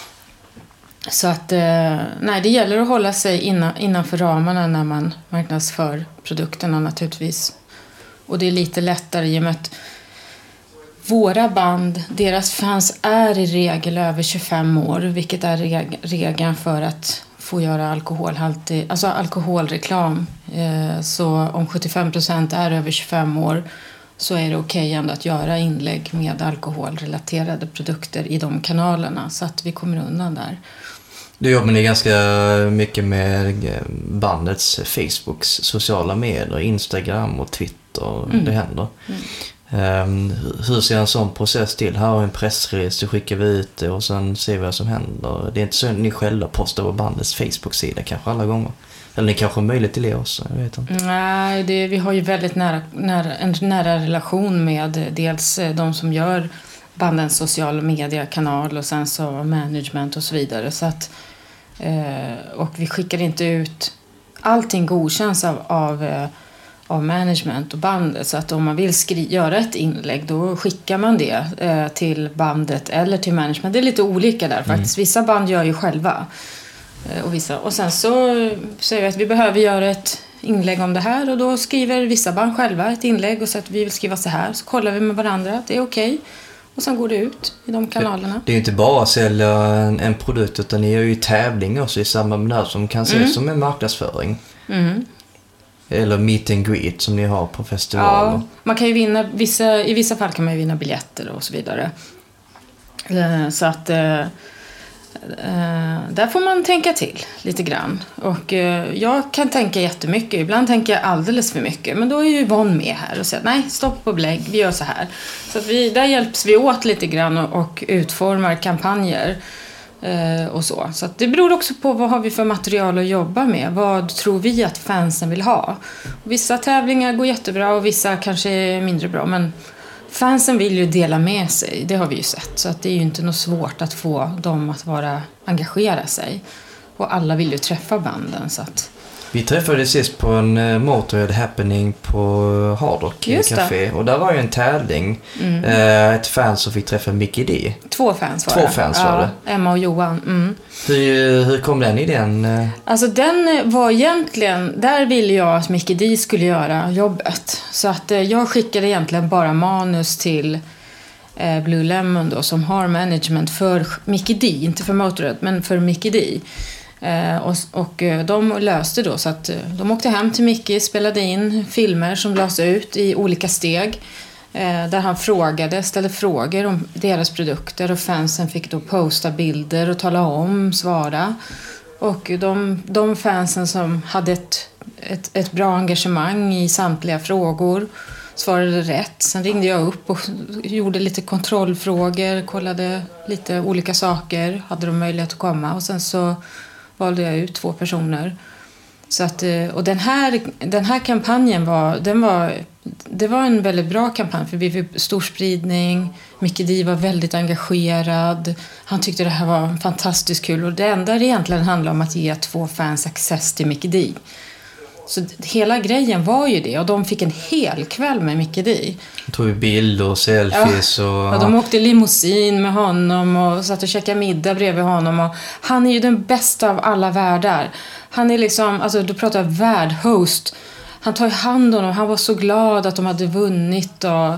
Så att, eh, nej, det gäller att hålla sig innan, innanför ramarna när man marknadsför produkterna naturligtvis. Och det är lite lättare i och med att våra band, deras fans är i regel över tjugofem år, vilket är reg- regeln för att få göra alkoholhaltig, alltså alkoholreklam. Eh, så om sjuttiofem procent är över tjugofem år så är det okej ändå att göra inlägg med alkoholrelaterade produkter i de kanalerna, så att vi kommer undan där. Du jobbar ni ganska mycket med bandets Facebooks sociala medier, Instagram och Twitter. Mm. Det händer. Mm. Um, hur ser en sån process till? Här har vi en pressrelease, så skickar vi ut det och sen ser vi vad som händer. Det är inte så att ni själva postar på bandets Facebook-sida kanske alla gånger. Eller ni kanske har möjlighet till det också, jag vet inte. Nej, det, vi har ju väldigt nära, nära, en nära relation med dels de som gör bandens sociala mediekanal och sen så management och så vidare. Så att, eh, och vi skickar inte ut, allting godkänns av, av, eh, av management och bandet. Så att om man vill skri- göra ett inlägg, då skickar man det eh, till bandet eller till management. Det är lite olika där faktiskt. Mm. Vissa band gör ju själva. Eh, och, vissa, och sen så säger vi att vi behöver göra ett inlägg om det här, och då skriver vissa band själva ett inlägg och säger att vi vill skriva så här. Så kollar vi med varandra att det är okej. Okay. Och sen går det ut i de kanalerna. Det är ju inte bara att sälja en, en produkt, utan ni gör ju tävling också i samband med det här som kan ses mm. som en marknadsföring. Mm. Eller meet and greet som ni har på festivaler. Ja, man kan ju vinna, vissa, i vissa fall kan man ju vinna biljetter och så vidare. Så att Uh, där får man tänka till lite grann. Och uh, jag kan tänka jättemycket. Ibland tänker jag alldeles för mycket. Men då är ju Yvonne med här och säger nej, stopp på belägg, vi gör så här. Så att vi, där hjälps vi åt lite grann och, och utformar kampanjer uh, och så. Så att det beror också på vad har vi för material att jobba med. Vad tror vi att fansen vill ha? Och vissa tävlingar går jättebra och vissa kanske är mindre bra, men fansen vill ju dela med sig, det har vi ju sett. Så att det är ju inte något svårt att få dem att vara, engagera sig. Och alla vill ju träffa banden. Så att... Vi träffades sist på en uh, Motorhead happening på Hard Rock Café. Och där var ju en tävling. Mm. Uh, ett fan som fick träffa Mickey D. Två fans var Två det. fans var det. Ja, Emma och Johan. Mm. Hur, hur kom den idén? Alltså den var egentligen, där ville jag att Mickey D skulle göra jobbet. Så att uh, jag skickade egentligen bara manus till uh, Blue Lemon då, som har management för Mickey D. Inte för Motorhead, men för Mickey D. Eh, och, och de löste då så att de åkte hem till Mickey, spelade in filmer som lades ut i olika steg eh, där han frågade, ställde frågor om deras produkter, och fansen fick då posta bilder och tala om, svara. Och de, de fansen som hade ett, ett, ett bra engagemang i samtliga frågor svarade rätt. Sen ringde jag upp och gjorde lite kontrollfrågor, kollade lite olika saker, hade de möjlighet att komma, och sen så valde jag ut två personer. Så att, och den här, den här kampanjen var, den var, det var en väldigt bra kampanj, för vi fick stor spridning. Mickey D var väldigt engagerad. Han tyckte det här var fantastiskt kul, och det enda det egentligen handlade om att ge två fans access till Mickey D. Så hela grejen var ju det, och de fick en hel kväll med Mickey D. De tog bilder och selfies. Ja, och... ja, de åkte limousin med honom och satt och käkade middag bredvid honom. Och han är ju den bästa av alla världar. Han är liksom, alltså du pratar värdhost. Han tar hand om dem, han var så glad att de hade vunnit. Och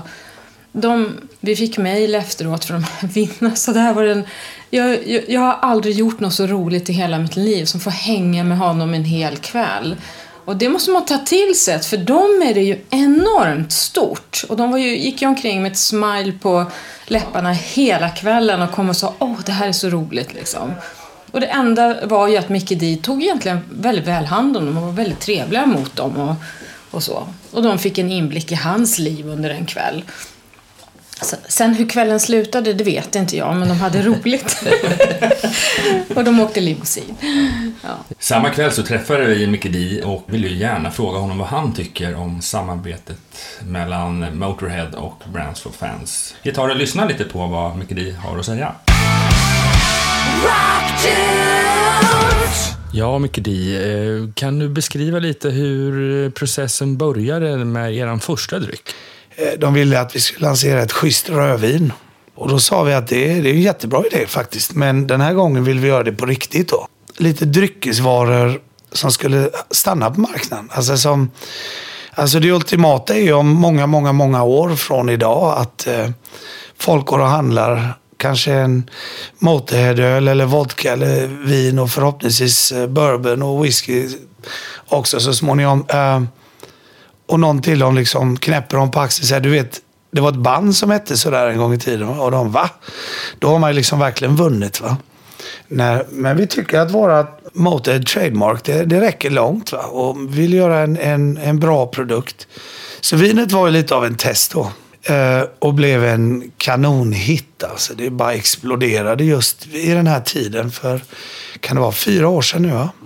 de, vi fick mejl efteråt för att de vinna. Så det här var en, jag, jag, jag har aldrig gjort något så roligt i hela mitt liv som får hänga med honom en hel kväll. Och det måste man ta till sig, för dem är det ju enormt stort. Och de var ju, gick ju omkring med ett smile på läpparna hela kvällen och kom och sa, åh, det här är så roligt liksom. Och det enda var ju att Mickey D tog egentligen väldigt väl hand om dem och var väldigt trevliga mot dem och, och så. Och de fick en inblick i hans liv under en kväll. Sen hur kvällen slutade, det vet inte jag, men de hade roligt. Och de åkte limousin. Ja. Samma kväll så träffade vi Mickey D och ville ju gärna fråga honom vad han tycker om samarbetet mellan Motorhead och Brands for Fans. Vi tar och lyssnar lite på vad Mickey D har att säga. Ja, Mickey D, kan du beskriva lite hur processen började med er första dryck? De ville att vi skulle lansera ett schysst rödvin. Och då sa vi att det är, det är en jättebra idé faktiskt. Men den här gången vill vi göra det på riktigt då. Lite dryckesvaror som skulle stanna på marknaden. Alltså, som, alltså det ultimata är ju om många, många, många år från idag att eh, folk går och handlar kanske en Motorhead-öl eller vodka eller vin och förhoppningsvis bourbon och whisky också så småningom. Uh, och någon till dem liksom knäpper dem på axeln och säger, du vet, det var ett band som hette sådär en gång i tiden. Och de, va? Då har man ju liksom verkligen vunnit, va? Nej, men vi tycker att våra Motorhead trademark, det, det räcker långt, va? Och vi vill göra en, en, en bra produkt. Så vinet var ju lite av en test då. Eh, och blev en kanonhit. Alltså. Det bara exploderade just i den här tiden. För, kan det vara fyra år sedan nu, va?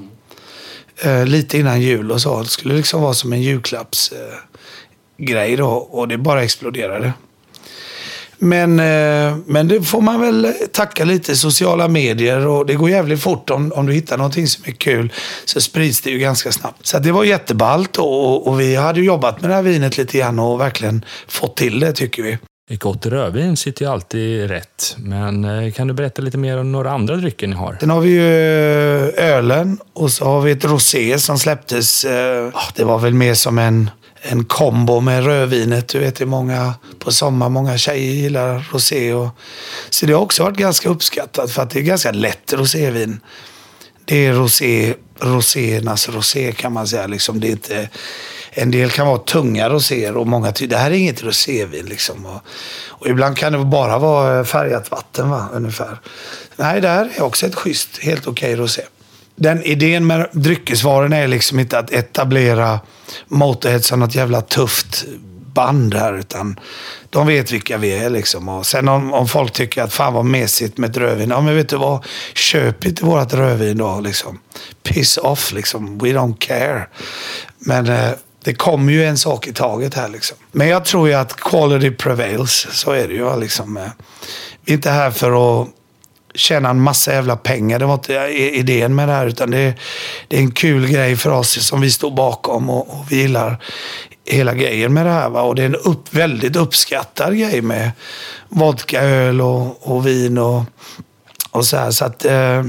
Eh, lite innan jul och så. Det skulle liksom vara som en julklapps... Eh, grej då, och det bara exploderade. Men, eh, men det får man väl tacka lite sociala medier och det går jävligt fort om, om du hittar någonting som är kul så sprids det ju ganska snabbt. Så det var jätteballt och, och vi hade ju jobbat med det här vinet lite grann och verkligen fått till det tycker vi. Ett gott rödvin sitter ju alltid rätt, men kan du berätta lite mer om några andra drycker ni har? Sen har vi ju ölen och så har vi ett rosé som släpptes, eh, det var väl mer som en En kombo med rödvinet. Du vet, det är många på sommar, många tjejer gillar rosé. Och, så det har också varit ganska uppskattat för att det är ganska lätt rosévin. Det är rosé, roséernas rosé kan man säga. Liksom, det är inte, en del kan vara tunga roséer och många tycker det här är inget rosévin. Liksom. Och, och ibland kan det bara vara färgat vatten, va, ungefär. Nej, det här är också ett schysst, helt okej rosé. Den idén med dryckesvaren är liksom inte att etablera Motorhead som något jävla tufft band här, utan de vet vilka vi är liksom. Och sen om, om folk tycker att fan vad mesigt med ett rödvin, ja men vet du vad, köp inte vårat rödvin då liksom. Piss off liksom, we don't care. Men eh, det kommer ju en sak i taget här liksom. Men jag tror ju att quality prevails, så är det ju liksom. Eh, vi är inte här för att tjäna en massa jävla pengar. Det var inte idén med det här, utan det är, det är en kul grej för oss som vi står bakom och, och vi gillar hela grejen med det här, va? Och det är en upp, väldigt uppskattad grej med vodka, öl och, och vin och, och så här. Så att eh,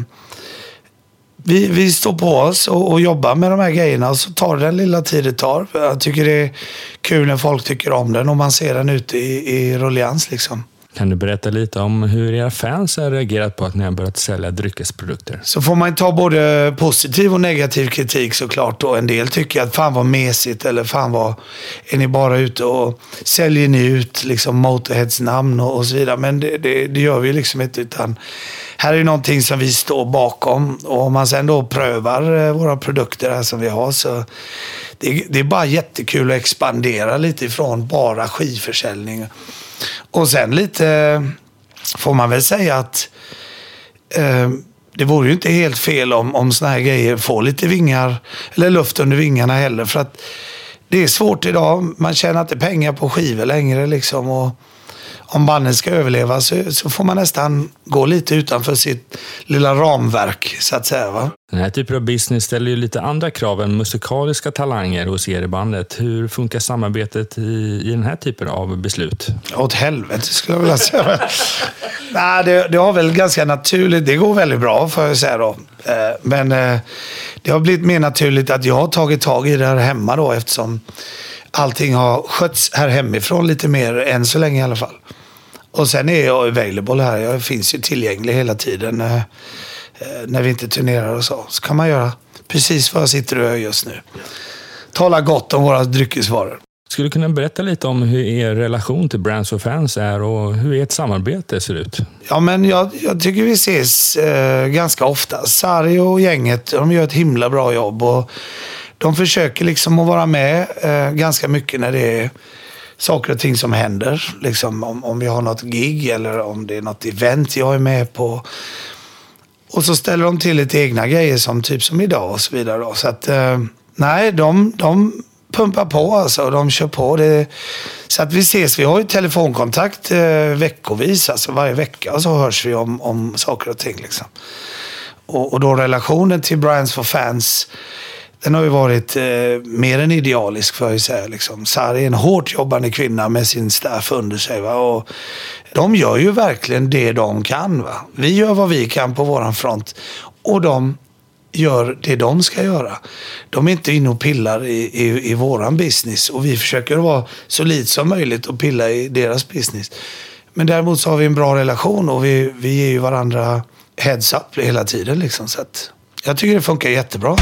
vi, vi står på oss och, och jobbar med de här grejerna och så tar det den lilla tid det tar. Jag tycker det är kul när folk tycker om den och man ser den ute i, i rullians liksom. Kan du berätta lite om hur era fans har reagerat på att ni har börjat sälja dryckesprodukter? Så får man ta både positiv och negativ kritik såklart. Och en del tycker att fan vad mesigt eller fan vad är ni bara ute och säljer ni ut liksom Motorheads namn och, och så vidare. Men det, det, det gör vi liksom inte, utan här är ju någonting som vi står bakom. Och om man sen då prövar våra produkter här som vi har så det, det är bara jättekul att expandera lite ifrån bara skivförsäljning. Och sen lite får man väl säga att eh, det vore ju inte helt fel om, om såna här grejer får lite vingar eller luft under vingarna heller, för att det är svårt idag. Man tjänar inte pengar på skivor längre liksom, och om banden ska överleva så, så får man nästan gå lite utanför sitt lilla ramverk så att säga, va? Den här typen av business ställer ju lite andra krav än musikaliska talanger hos er i bandet. Hur funkar samarbetet i, i den här typen av beslut? Åt helvete skulle jag vilja säga. Nej, det, det har väl ganska naturligt. Det går väldigt bra för jag säga då. Men det har blivit mer naturligt att jag har tagit tag i det här hemma då, eftersom allting har skötts här hemifrån lite mer än så länge i alla fall. Och sen är jag available här. Jag finns ju tillgänglig hela tiden. Eh, när vi inte turnerar och så. Så kan man göra precis vad jag sitter och gör just nu. Tala gott om våra dryckesvaror. Skulle du kunna berätta lite om hur er relation till Brands for Fans är och hur ert samarbete ser ut? Ja, men jag, jag tycker vi ses eh, ganska ofta. Sari och gänget, de gör ett himla bra jobb och de försöker liksom att vara med eh, ganska mycket när det är saker och ting som händer. Liksom om, om vi har något gig eller om det är något event jag är med på. Och så ställer de till lite egna grejer som typ som idag och så vidare. Då. Så att eh, nej, de, de pumpar på alltså och de kör på det. Så att vi ses, vi har ju telefonkontakt eh, veckovis, alltså varje vecka och så hörs vi om, om saker och ting liksom. Och, och då relationen till Brands for Fans, den har ju varit eh, mer än idealisk för att säga. Liksom. Sari är en hårt jobbande kvinna med sin staff under sig. Va? Och de gör ju verkligen det de kan. Va? Vi gör vad vi kan på våran front. Och de gör det de ska göra. De är inte inne och pillar i, i, i våran business. Och vi försöker vara så lite som möjligt och pilla i deras business. Men däremot så har vi en bra relation och vi, vi ger ju varandra heads up hela tiden liksom. Så att jag tycker det funkar jättebra.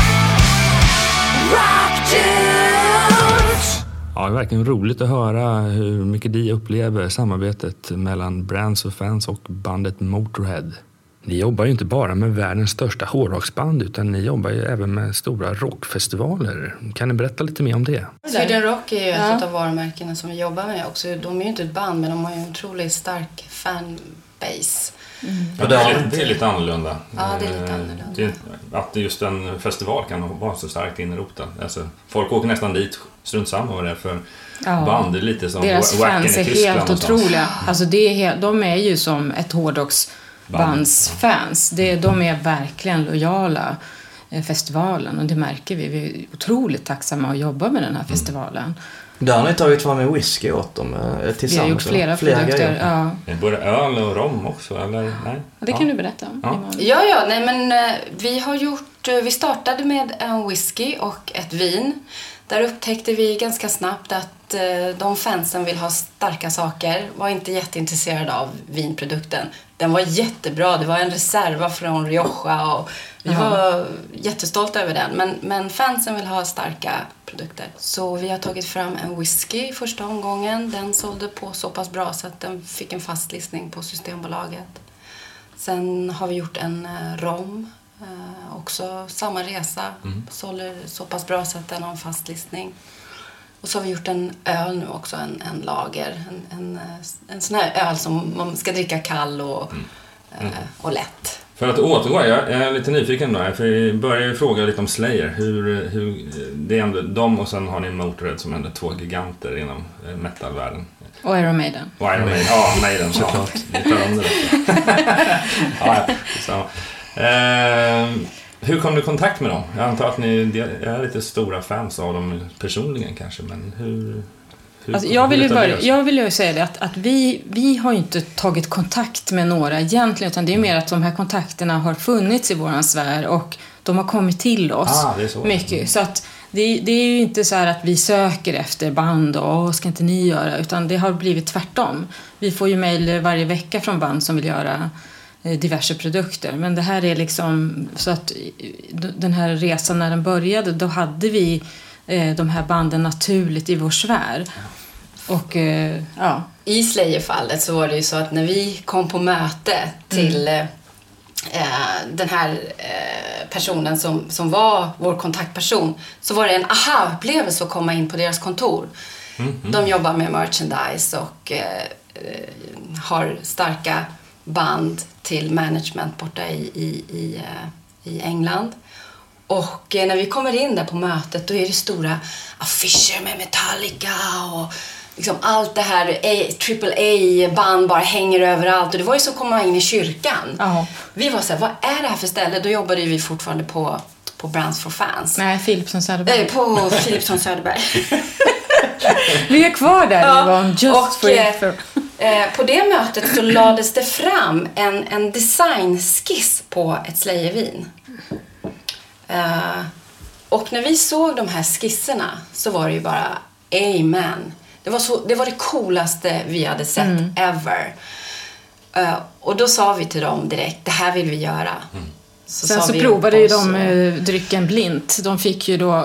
Ja, det är verkligen roligt att höra hur mycket de upplever samarbetet mellan Brands for Fans och bandet Motorhead. Ni jobbar ju inte bara med världens största hårdrocksband utan ni jobbar ju även med stora rockfestivaler. Kan ni berätta lite mer om det? Sweden Rock är ju ja. ett av varumärkena som vi jobbar med också. De är ju inte ett band men de har ju en otroligt stark fanbase. Mm. Ja, det, är, det är lite annorlunda. Ja, det är lite annorlunda. Det, att just en festival kan vara så starkt inrotad. Alltså, folk åker nästan dit strunt samma vad det är för ja. band. Det är lite som deras fans är helt otroliga. Alltså det är helt, de är ju som ett hårdrocksbands fans. Det, de är verkligen lojala festivalen och det märker vi. Vi är otroligt tacksamma att jobba med den här festivalen. Mm. Där har ni tagit fram en whisky åt dem tillsammans. Vi har gjort flera, flera produkter. Ja. Är det både öl och rom också? Eller? Nej? Det kan ja. du berätta om. Ja, ja, ja nej, men vi har gjort, vi startade med en whisky och ett vin. Där upptäckte vi ganska snabbt att de fansen vill ha starka saker. Var inte jätteintresserade av vinprodukten. Den var jättebra. Det var en reserva från Rioja och vi var jättestolta över den. Men, men fansen vill ha starka produkter. Så vi har tagit fram en whisky första omgången. Den sålde på så pass bra så att den fick en fast listning på Systembolaget. Sen har vi gjort en rom. Uh, också samma resa. Mm. Sålde så pass bra så att den har en fast listning. Och så har vi gjort en öl nu också, en, en lager. En, en, en sån här öl som man ska dricka kall och, mm. Mm. Uh, och lätt. För att återgå, jag är lite nyfiken då. För jag börjar ju fråga lite om Slayer. Hur, hur, det är ändå de och sen har ni Motorhead som ändå två giganter inom metalvärlden. Och Iron Maiden. Och Iron Maiden, ja, Maiden såklart. Vi tar om det ja, så. Eh, hur kom du i kontakt med dem? Jag antar att ni är lite stora fans av dem personligen kanske, men hur... hur alltså, jag, vill ju börja, jag vill ju säga det att, att vi, vi har ju inte tagit kontakt med några egentligen, utan det är mer att de här kontakterna har funnits i våran sfär och de har kommit till oss ah, det är så. mycket. Så att det, det är ju inte så här att vi söker efter band och Åh, ska inte ni göra, utan det har blivit tvärtom. Vi får ju mejl varje vecka från band som vill göra diverse produkter. Men det här är liksom så att den här resan när den började, då hade vi eh, de här banden naturligt i vår sfär. Och eh, ja. I Slayer-fallet så var det ju så att när vi kom på möte till mm. eh, den här eh, personen som, som var vår kontaktperson, så var det en aha-upplevelse att komma in på deras kontor. Mm. Mm. De jobbar med merchandise och eh, har starka band till management borta i, i, i, i England. Och när vi kommer in där på mötet, då är det stora affischer med Metallica och liksom allt det här triple A-band bara hänger överallt. Och det var ju som att komma in i kyrkan. Aha. Vi var så här, vad är det här för ställe? Då jobbade vi fortfarande på, på Brands for Fans. Nej, Philipsson Söderberg. Äh, på Philipsson Söderberg. Vi är kvar där, ja, Yvonne. Just och, for, for. Eh, på det mötet så lades det fram en, en designskiss på ett Slayer-vin. Eh, och när vi såg de här skisserna så var det ju bara amen. Det var, så, det var det coolaste vi hade sett mm. ever. Uh, och då sa vi till dem direkt, det här vill vi göra. Mm. Så Sen så provade ju de uh, drycken blint. De fick ju då...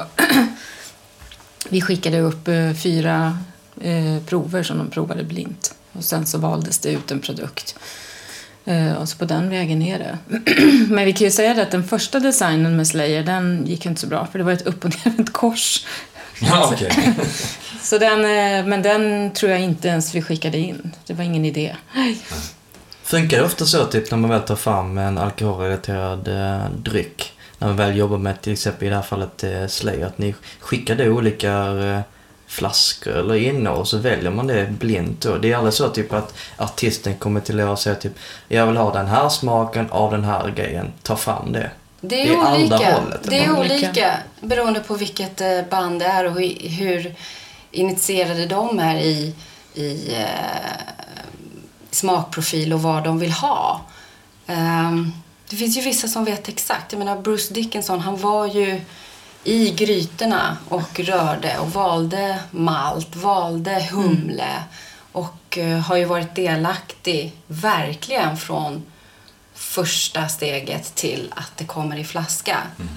vi skickade upp uh, fyra uh, prover som de provade blint. Och sen så valdes det ut en produkt. Uh, och så på den vägen är det. Men vi kan ju säga att den första designen med Slayer, den gick inte så bra. För det var ett upp- och nervänt kors. Ja, okej. Okay. Så den, men den tror jag inte ens vi skickade in. Det var ingen idé. Funkar det ofta så typ när man väl tar fram en alkoholrelaterad eh, dryck? När man väl jobbar med till exempel i det här fallet eh, Slayer. Att ni skickar då olika eh, flaskor eller innehåll och så väljer man det blint då. Det är aldrig så typ att artisten kommer till att säga typ jag vill ha den här smaken av den här grejen. Ta fram det. Det är, det är olika. Hållet, det är olika beroende på vilket band det är och hur initierade de är i, i eh, smakprofil och vad de vill ha. Um, det finns ju vissa som vet exakt. Jag menar Bruce Dickinson, han var ju i grytorna och rörde och valde malt, valde humle. Mm. och uh, har ju varit delaktig verkligen från första steget till att det kommer i flaska. Mm.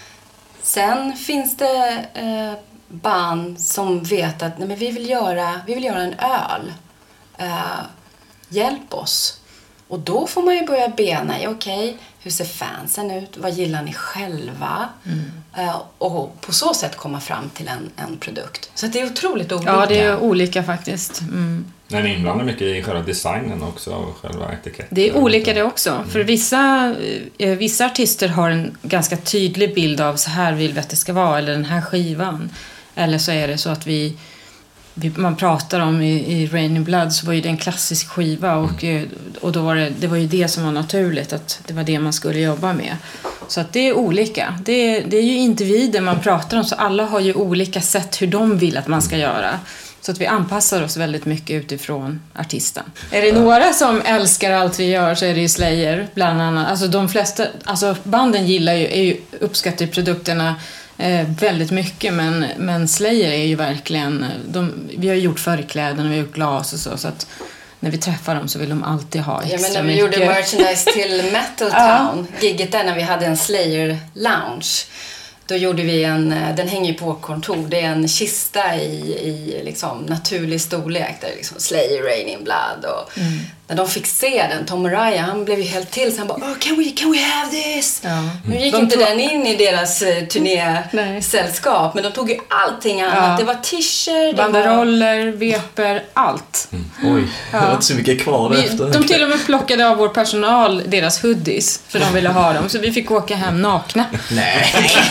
Sen finns det uh, band som vet att nej, men vi, vill göra, vi vill göra en öl. Uh, hjälp oss. Och då får man ju börja bena i, okej, okay, hur ser fansen ut? Vad gillar ni själva? Mm. Uh, och på så sätt komma fram till en, en produkt. Så det är otroligt olika. Ja, det är olika faktiskt. Mm. Men ni inblandar mycket i själva designen också och själva etiketten. Det är olika det också. Mm. För vissa, eh, vissa artister har en ganska tydlig bild av så här vill vi att det ska vara. Eller den här skivan. Eller så är det så att vi... man pratar om i, i Raining Blood så var ju det en klassisk skiva och, mm. och då var det, det var ju det som var naturligt att det var det man skulle jobba med. Så att det är olika. Det är, det är ju individer man pratar om så alla har ju olika sätt hur de vill att man ska göra. Så att vi anpassar oss väldigt mycket utifrån artisten. Är det några som älskar allt vi gör så är det ju Slayer bland annat. Alltså de flesta, alltså banden gillar ju, är ju uppskattar produkterna Eh, väldigt mycket men, men Slayer är ju verkligen de, vi har gjort förkläden och vi har gjort glas och så så att när vi träffar dem så vill de alltid ha extra mycket. Ja, men när vi mycket. gjorde merchandise till Metal Town ja. Gigget där när vi hade en Slayer lounge då gjorde vi en, den hänger ju på kontor, det är en kista i, i liksom naturlig storlek där liksom Slayer, Raining Blood och mm. när de fick se den, Tom Araya, han blev ju helt till så han bara, oh, can we, can we have this? Ja. Nu gick de inte tog... den in i deras uh, turnésällskap men de tog ju allting annat, ja. Det var t-shirt, banderoller, var... veper, allt. Mm. Oj, ja. Det var inte så mycket kvar vi, efter. De till och med plockade av vår personal deras hoodies för de ville ha dem så vi fick åka hem nakna. Nej.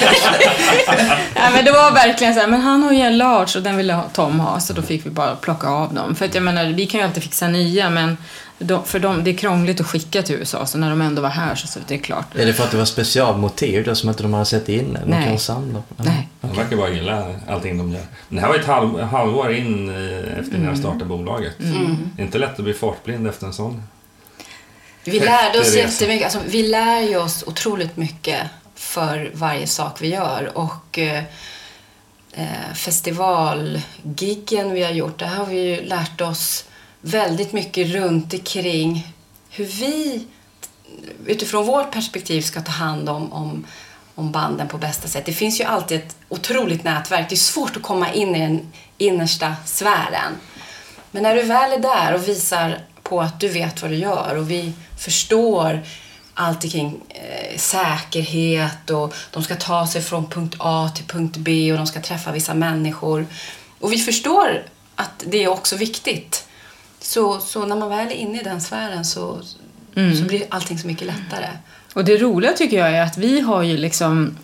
Ja, men det var verkligen så här, men han har ju en large och den ville Tom ha så då fick vi bara plocka av dem för att jag menar, vi kan ju alltid fixa nya men de, för dem, det är krångligt att skicka till U S A så när de ändå var här så, så det är klart. Är det för att det var specialmotiv då som inte de hade sett in? De Nej. kan samla. Nej. De verkar bara gilla allting de gör. Men det här var ett halv, halvår in efter när jag startade bolaget. Mm. Det är inte lätt att bli fartblind efter en sån. Vi lärde oss jättemycket. Alltså, vi lär ju oss otroligt mycket för varje sak vi gör och eh, festivalgiggen vi har gjort, där har vi ju lärt oss väldigt mycket runt omkring hur vi utifrån vårt perspektiv ska ta hand om, om, om banden på bästa sätt. Det finns ju alltid ett otroligt nätverk. Det är svårt att komma in i den innersta sfären. Men när du väl är där och visar på att du vet vad du gör och vi förstår allt kring eh, säkerhet och de ska ta sig från punkt A till punkt B och de ska träffa vissa människor. Och vi förstår att det är också viktigt. Så, så när man väl är inne i den sfären så, mm. så blir allting så mycket lättare. Och det roliga tycker jag är att vi har ju liksom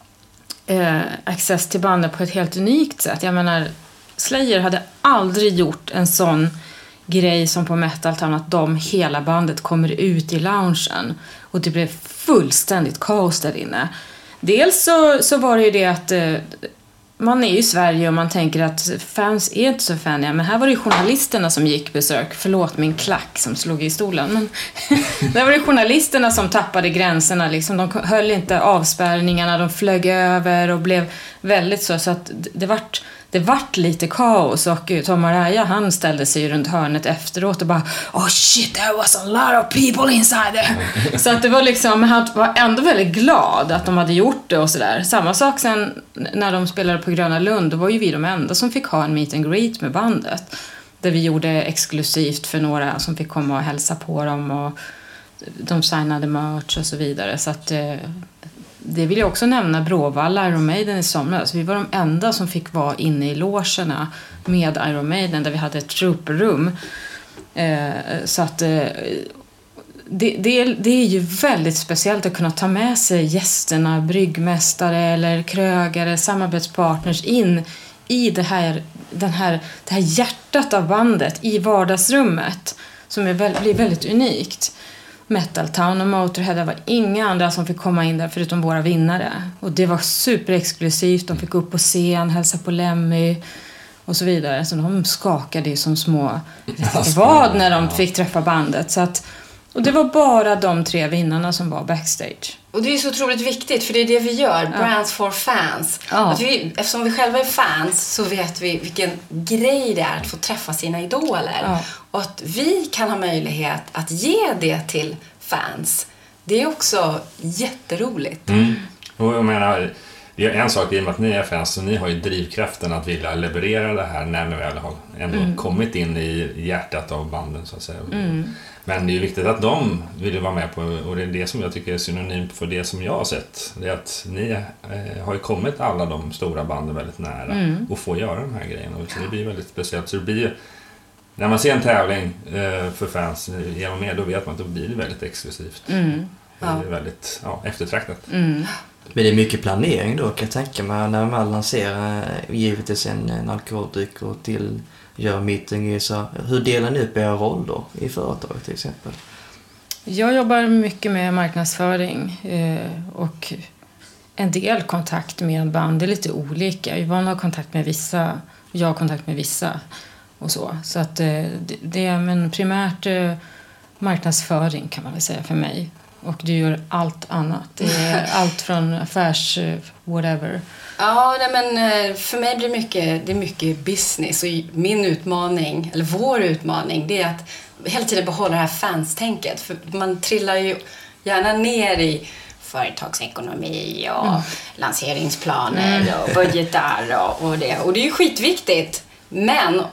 eh, access till banden på ett helt unikt sätt. Jag menar, Slayer hade aldrig gjort en sån grej som på Metal Town att de hela bandet kommer ut i loungen och det blev fullständigt kaos där inne. Dels så, så var det ju det att eh, man är ju i Sverige och man tänker att fans är inte så faniga, men här var det ju journalisterna som gick besök. Förlåt min klack som slog i stolen, men där var det journalisterna som tappade gränserna liksom. De höll inte avspärrningarna, de flög över och blev väldigt så så att det vart Det vart lite kaos och Tom Araya, han ställde sig runt hörnet efteråt och bara oh shit, there was a lot of people inside there. Så att det var liksom, han var ändå väldigt glad att de hade gjort det och sådär. Samma sak sen när de spelade på Gröna Lund, då var ju vi de enda som fick ha en meet and greet med bandet. Där vi gjorde exklusivt för några som fick komma och hälsa på dem och de signade merch och så vidare. Så att det vill jag också nämna, Bråvalla, Iron Maiden i somras. Vi var de enda som fick vara inne i logerna med Iron Maiden där vi hade ett trooperrum. Eh, så att eh, det, det, det är ju väldigt speciellt att kunna ta med sig gästerna, bryggmästare eller krögare, samarbetspartners in i det här, den här, det här hjärtat av bandet i vardagsrummet som är, blir väldigt unikt. Metal Town och Motorhead, det var inga andra som fick komma in där förutom våra vinnare. Och det var superexklusivt. De fick gå upp på scen, hälsa på Lemmy och så vidare. Så de skakade ju som små vad när de fick träffa bandet. Så att, och det var bara de tre vinnarna som var backstage. Och det är så otroligt viktigt, för det är det vi gör. Ja. Brands for fans. Ja. Att vi, eftersom vi själva är fans så vet vi vilken grej det är att få träffa sina idoler. Ja. Och att vi kan ha möjlighet att ge det till fans. Det är också jätteroligt. Mm. Och jag menar, det är en sak i och med att ni är fans, så ni har ju drivkraften att vilja leverera det här när ni väl har ändå mm. kommit in i hjärtat av banden så att säga. Mm. Men det är ju viktigt att de vill vara med på, och det är det som jag tycker är synonymt för det som jag har sett. Det är att ni eh, har ju kommit alla de stora banden väldigt nära mm. och får göra de här grejerna. Så det blir väldigt speciellt. Så det blir, när man ser en tävling eh, för fans genom er, då vet man att det blir väldigt exklusivt. Mm. Ja. Det är väldigt ja, eftertraktat. Mm. Men det är mycket planering då, kan jag tänka mig, när man lanserar givetvis en, en alkoholdryck och till gör meeting. Så hur delar ni upp era roll då i företaget till exempel? Jag jobbar mycket med marknadsföring eh, och en del kontakt med band. Det är lite olika. Yvonne har kontakt med vissa, jag har kontakt med vissa och så. Så att eh, det, det är men primärt eh, marknadsföring kan man väl säga för mig. Och du gör allt annat. Det är allt från affärs whatever. Ja, nej, men för mig blir mycket, det är mycket business. Och min utmaning, eller vår utmaning, det är att hela tiden behålla det här fanstänket. För man trillar ju gärna ner i företagsekonomi och mm. lanseringsplaner mm. och budgetar och, och det. Och det är ju skitviktigt. Men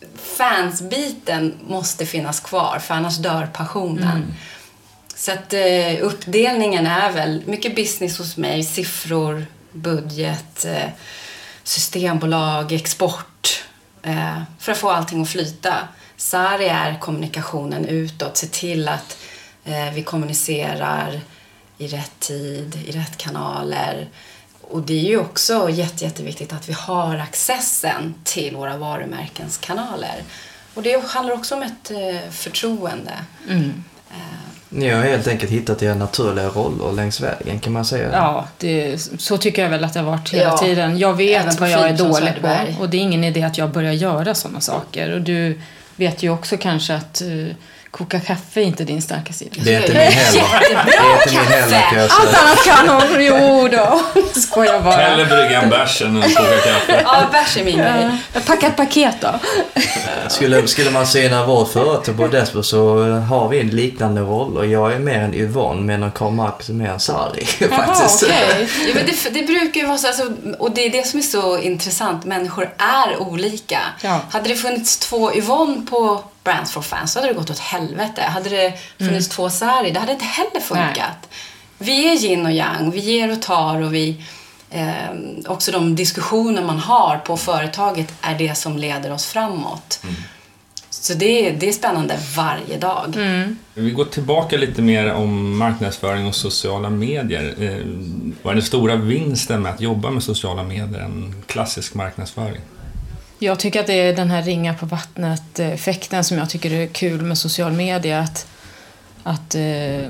fansbiten måste finnas kvar, för annars dör passionen. Mm. Så att eh, uppdelningen är väl mycket business hos mig, siffror, budget, eh, systembolag, export, eh, för att få allting att flyta. Sari är kommunikationen utåt, se till att eh, vi kommunicerar i rätt tid, i rätt kanaler. Och det är ju också jätte, jätteviktigt att vi har accessen till våra varumärkens kanaler. Och det handlar också om ett eh, förtroende. Mm. Ni har helt enkelt hittat era naturliga roller längs vägen, kan man säga. Ja, det, så tycker jag väl att det har varit hela ja. tiden. Jag vet även vad jag är dålig på. Och det är ingen idé att jag börjar göra sådana saker. Och du vet ju också kanske att uh, koka kaffe är inte din starka sida. Det är inte min heller. Det är inte min heller, kan jag säga. Allt annat kan hon. Jo då. Skojar bara. Hellre brygga en bärs än att koka kaffe. Ja, bärs är min grej. Jag packar ett paket då. Skulle, skulle man se när vårt företag på Despo, så har vi en liknande roll. Och jag är mer en Yvonne, medan Karl Marx är mer en Sari. Faktiskt. Okay. Ja, men det, det brukar ju vara så, alltså, och det är det som är så intressant. Människor är olika. Ja. Hade det funnits två Yvonne på Brands for fans, så hade det gått åt helvete. Hade det funnits mm. två Sari, det hade inte heller funkat. Nej. Vi är yin och yang, vi ger och tar, och vi eh, också de diskussioner man har på företaget är det som leder oss framåt. Mm. Så det, det är spännande varje dag. Mm. Vi går tillbaka lite mer om marknadsföring och sociala medier. Eh, vad är den stora vinsten med att jobba med sociala medier än klassisk marknadsföring? Jag tycker att det är den här ringa på vattnet-effekten som jag tycker är kul med social media. Att, att eh,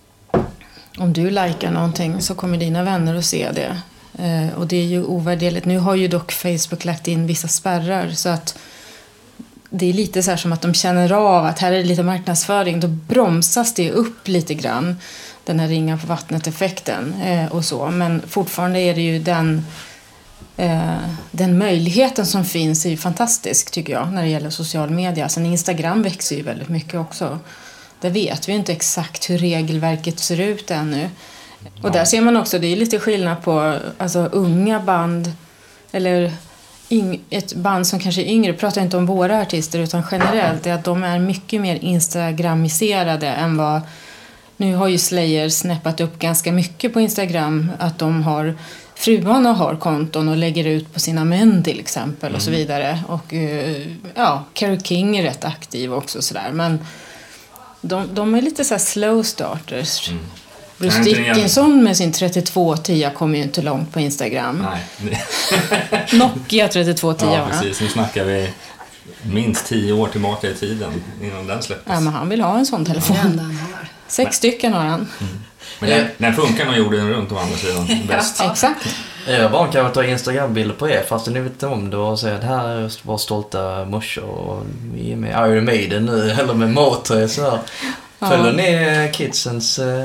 om du likar någonting så kommer dina vänner att se det. Eh, och det är ju ovärderligt. Nu har ju dock Facebook lagt in vissa spärrar, så att det är lite så här som att de känner av att här är det lite marknadsföring. Då bromsas det upp lite grann, den här ringa på vattnet-effekten eh, och så. Men fortfarande är det ju den... Eh, den möjligheten som finns är ju fantastisk, tycker jag, när det gäller social media. Sen Instagram växer ju väldigt mycket också. Där vet vi inte exakt hur regelverket ser ut ännu. Och där ser man också, det är lite skillnad på alltså, unga band eller yng, ett band som kanske är yngre. Jag pratar inte om våra artister utan generellt. Det är att de är mycket mer instagramiserade än vad... Nu har ju Slayer snäppat upp ganska mycket på Instagram, att de har... Fruarna har konton och lägger ut på sina män till exempel och så vidare. Och ja, Carole King är rätt aktiv också sådär. Men de, de är lite så här slow starters. Mm. Bruce Dickinson med sin trettiotvå tio kommer ju inte långt på Instagram. Nej. Nokia trettiotvå tio. Ja, precis. Nu snackar vi minst tio år tillbaka i tiden innan den släpptes. Ja, men han vill ha en sån telefon. Sex stycken har han. Mm. Men den, den funkar och gjorde den runt å andra sidan bäst. Ja, exakt. Jag bara kan ta Instagram-bilder på er fast ni vet inte om det och säga att här var stolta morsor och vi är med Iron Maiden nu eller med Motörhead så här. Följer ja. ni kidsens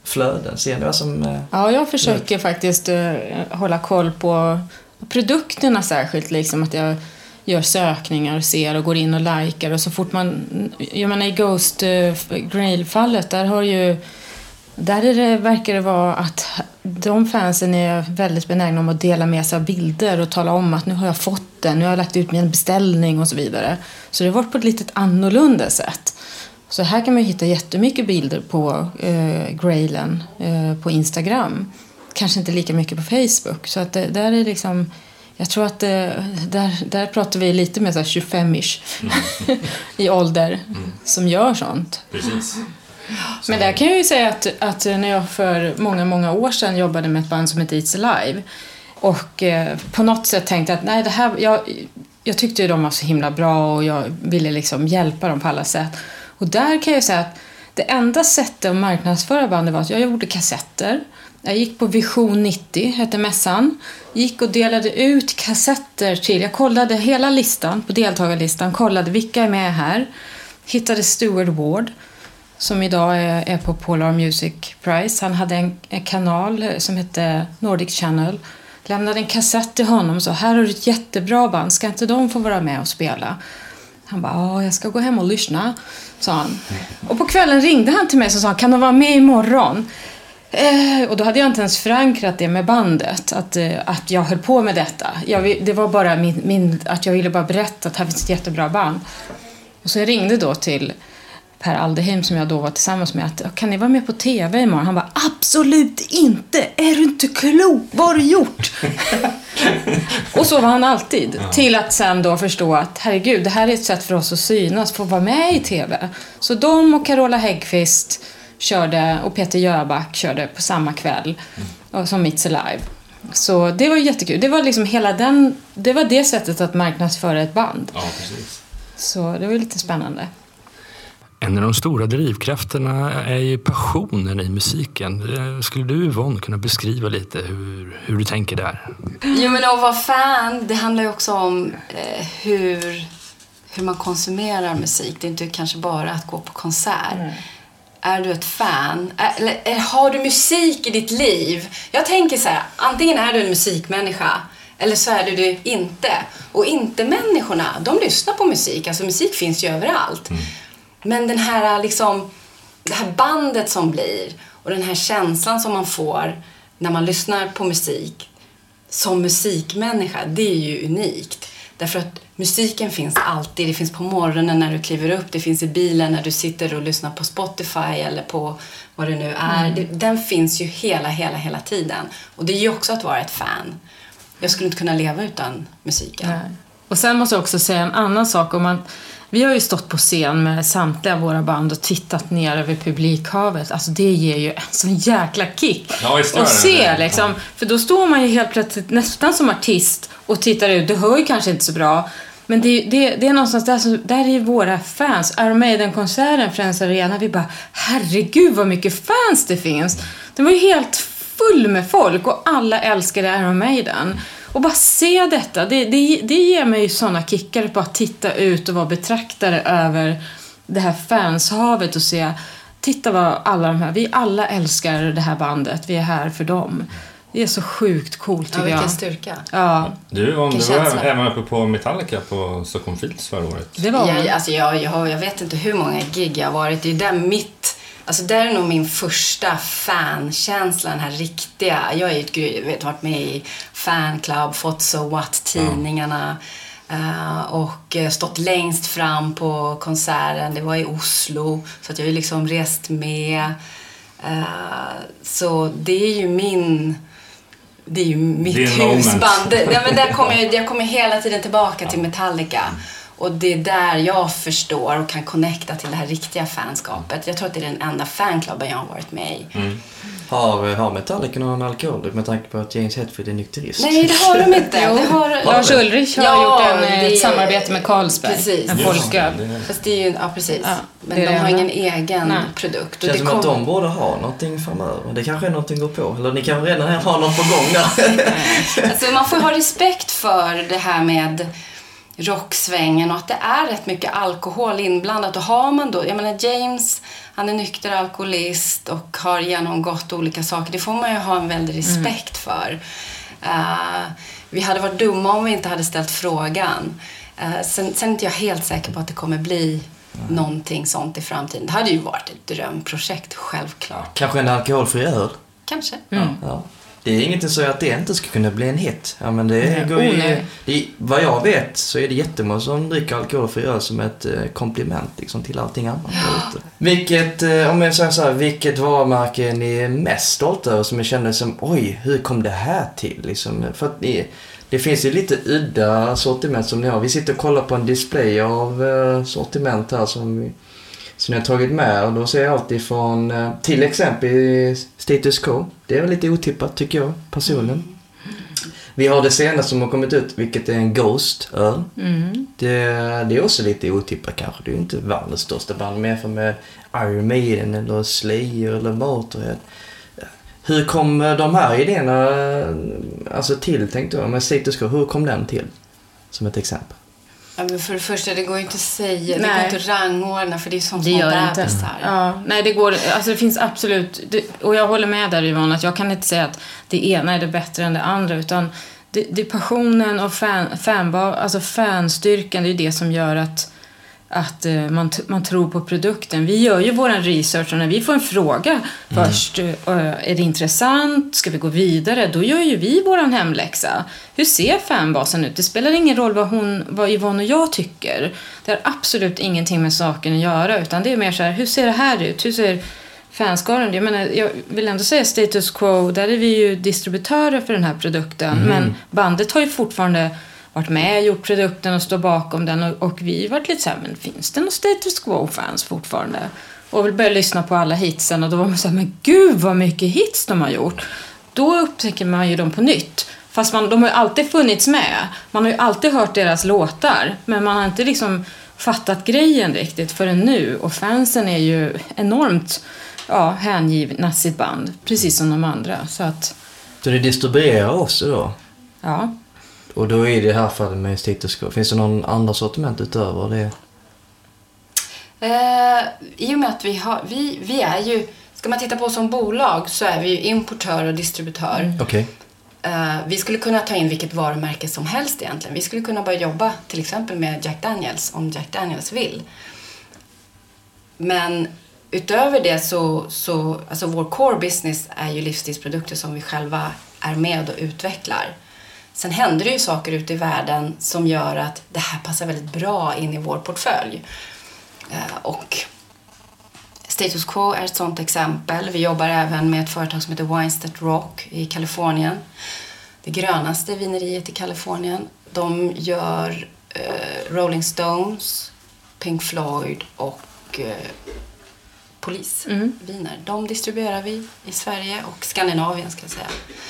flöden? Ser ni vad som... Eh, ja, jag försöker faktiskt eh, hålla koll på produkterna särskilt. Liksom att jag gör sökningar och ser och går in och likar. Och så fort man... Jag menar i Ghost eh, Grail-fallet, där har ju... Där är det, verkar det vara att de fansen är väldigt benägna om att dela med sig av bilder och tala om att nu har jag fått den, nu har jag lagt ut min beställning och så vidare. Så det har varit på ett litet annorlunda sätt. Så här kan man hitta jättemycket bilder på eh, Grailen eh, på Instagram. Kanske inte lika mycket på Facebook. Så att det, där är liksom... Jag tror att det, där, där pratar vi lite mer så här tjugofem-ish mm. i ålder mm. som gör sånt. Precis. Men där kan jag ju säga att, att när jag för många, många år sedan jobbade med ett band som heter It's Alive och eh, på något sätt tänkte att nej, det här, jag, jag tyckte ju de var så himla bra och jag ville liksom hjälpa dem på alla sätt. Och där kan jag säga att det enda sättet att marknadsföra bandet var att jag gjorde kassetter. Jag gick på Vision nittio, hette mässan. Gick och delade ut kassetter till, jag kollade hela listan på deltagarlistan, kollade vilka är med här. Hittade Stewart Ward som idag är, är på Polar Music Prize. Han hade en, en kanal som hette Nordic Channel. Lämnade en kassett till honom och sa, här har du ett jättebra band, ska inte de få vara med och spela? Han bara, ja, jag ska gå hem och lyssna, sa han. Och på kvällen ringde han till mig och sa, kan de vara med imorgon? Eh, och då hade jag inte ens förankrat det med bandet, att, eh, att jag höll på med detta. Jag, det var bara min, min, att jag ville bara berätta att här finns ett jättebra band. Och så jag ringde då till Per Alderheim som jag då var tillsammans med, att kan ni vara med på tv imorgon? Han bara, absolut inte, är du inte klok, vad har du gjort? Och så var han alltid, ja. Till att sen då förstå att herregud, det här är ett sätt för oss att synas, få vara med i tv. Så de och Carola Häggkvist körde, och Peter Jöback körde på samma kväll och som It's Alive. Så det var jättekul, det var liksom hela den, det var det sättet att marknadsföra ett band. Ja, precis. Så det var lite spännande. En av de stora drivkrafterna är ju passionen i musiken. Skulle du, Yvonne, kunna beskriva lite hur, hur du tänker där? Jo, men att vara fan, det handlar ju också om eh, hur, hur man konsumerar musik. Det är inte kanske bara att gå på konsert. Mm. Är du ett fan? Eller, eller har du musik i ditt liv? Jag tänker så här, antingen är du en musikmänniska eller så är du det inte. Och inte människorna, de lyssnar på musik. Alltså musik finns ju överallt. Mm. Men den här liksom, det här bandet som blir och den här känslan som man får när man lyssnar på musik som musikmänniska, det är ju unikt. Därför att musiken finns alltid. Det finns på morgonen när du kliver upp, det finns i bilen när du sitter och lyssnar på Spotify eller på vad det nu är. Mm. Den finns ju hela, hela, hela tiden. Och det är ju också att vara ett fan. Jag skulle inte kunna leva utan musiken. Nej. Och sen måste jag också säga en annan sak om man... Vi har ju stått på scen med samtliga våra band och tittat ner över publikhavet. Alltså det ger ju en sån jäkla kick. Ja, och se liksom. För då står man ju helt plötsligt nästan som artist och tittar ut. Du hör ju kanske inte så bra. Men det, det, det är någonstans där, så, där är våra fans. Iron Maiden-konserten, Friends Arena. Vi bara, herregud vad mycket fans det finns. Det var ju helt full med folk och alla älskade Iron Maiden. Och bara se detta, det, det, det ger mig ju såna kickar på att titta ut och vara betraktare över det här fanshavet och se, titta vad alla de här, vi alla älskar det här bandet, vi är här för dem. Det är så sjukt coolt tycker jag. Ja, vilken styrka. Ja. Du, om du var även uppe på Metallica på Stockholm Fields förra året. Det var ja, alltså jag, jag, jag vet inte hur många gig jag har varit. Det är där mitt, alltså där är nog min första fankänsla, den här riktiga. Jag är ett, jag vet, varit med i fanclub, fått So What-tidningarna. Ja. Uh, och stått längst fram på konserten. Det var i Oslo, så att jag har liksom rest med. Uh, så det är ju min... Det är ju mitt husband. Ja, men där kommer jag, jag kommer hela tiden tillbaka till Metallica. Och det är där jag förstår och kan connecta till det här riktiga fanskapet. Jag tror att det är den enda fanklubben jag har varit med i. Mm. Har, har Metallica någon alkohol med tanke på att James Hetfield är nykterist? Nej, det har de inte. Det har, Lars Ulrich har ja, gjort en, det, ett samarbete med Carlsberg. Precis. En folköl. Fast det är ju, ja precis. Ja, men de har ingen egen Nej. produkt. Det känns som kom... att de borde ha någonting framöver. Det kanske är någonting att gå på. Eller ni kanske redan har någon på gång där. Alltså, man får ha respekt för det här med... rocksvängen och att det är rätt mycket alkohol inblandat. Och har man då, jag menar James, han är nykter alkoholist och har genomgått olika saker. Det får man ju ha en väldig respekt mm. för. Uh, vi hade varit dumma om vi inte hade ställt frågan. Uh, sen, sen är inte jag helt säker på att det kommer bli mm. någonting sånt i framtiden. Det hade ju varit ett drömprojekt, självklart. Kanske en alkoholfri öl? Kanske. Mm. Ja. Det är inget så att det inte ska kunna bli en hit. Ja, men det mm. går ju, oh, nej. det, vad jag vet så är det jättemånga som dricker alkoholfri öl som ett eh, komplement liksom, till allting annat. Ja. Vilket, eh, om jag säger så här, vilket varumärke är ni mest stolta över som jag känner som, oj, hur kom det här till? Liksom, för att det, det finns ju lite udda sortiment som ni har. Vi sitter och kollar på en display av eh, sortiment här som vi som jag har tagit med, och då ser jag alltid från till exempel Status Quo. Det är väl lite otippat tycker jag personligen. Mm. Vi har det senaste som har kommit ut, vilket är en Ghost-öl. Mm. Det, det är också lite otippat kanske. Det är ju inte världens största band, mer för med Iron Maiden eller Slayer eller Motorhead. Hur kom de här idéerna alltså till, tänkte jag, med Status Quo? Hur kom den till? Som ett exempel. Ja, men för det första, det går ju inte att säga, nej. Det går inte att rangordna, för det är sånt det som gör bebisar. Ja, nej, det går, alltså det finns absolut, det, och jag håller med där Yvonne, att jag kan inte säga att det ena är det bättre än det andra, utan det, det är passionen och fan, fanbar, alltså fanstyrkan, det är det som gör att att uh, man, t- man tror på produkten. Vi gör ju våran research, och när vi får en fråga mm. först, uh, är det intressant? Ska vi gå vidare? Då gör ju vi våran hemläxa. Hur ser fanbasen ut? Det spelar ingen roll vad, hon, vad Yvonne och jag tycker. Det har absolut ingenting med saken att göra, utan det är mer så här, hur ser det här ut? Hur ser fanskaran? Jag menar, jag vill ändå säga Status Quo, där är vi ju distributörer för den här produkten, mm. men bandet har ju fortfarande varit med, gjort produkten och står bakom den, och, och vi varit lite så här, men finns det någon Status Quo-fans fortfarande? Och vi började lyssna på alla hitsen, och då var man så här, men gud vad mycket hits de har gjort. Då upptäcker man ju dem på nytt. Fast man, de har ju alltid funnits med. Man har ju alltid hört deras låtar, men man har inte liksom fattat grejen riktigt förrän nu. Och fansen är ju enormt ja, hängivna sitt band, precis som de andra. Så att... Så det distribuerar också då? Ja. Och då är det här fallet med Status Quo. Finns det någon andra sortiment utöver det? Eh, I och med att vi har... Vi, vi är ju... Ska man titta på som bolag så är vi ju importör och distributör. Mm. Okay. Eh, vi skulle kunna ta in vilket varumärke som helst egentligen. Vi skulle kunna börja jobba till exempel med Jack Daniels om Jack Daniels vill. Men utöver det så... så alltså vår core business är ju livsstilsprodukter som vi själva är med och utvecklar. Sen händer det ju saker ute i världen som gör att det här passar väldigt bra in i vår portfölj. Eh, och Status Quo är ett sånt exempel. Vi jobbar även med ett företag som heter Weinstedt Rock i Kalifornien. Det grönaste vineriet i Kalifornien. De gör eh, Rolling Stones, Pink Floyd och eh, Polisviner. Mm. De distribuerar vi i Sverige och Skandinavien ska jag säga.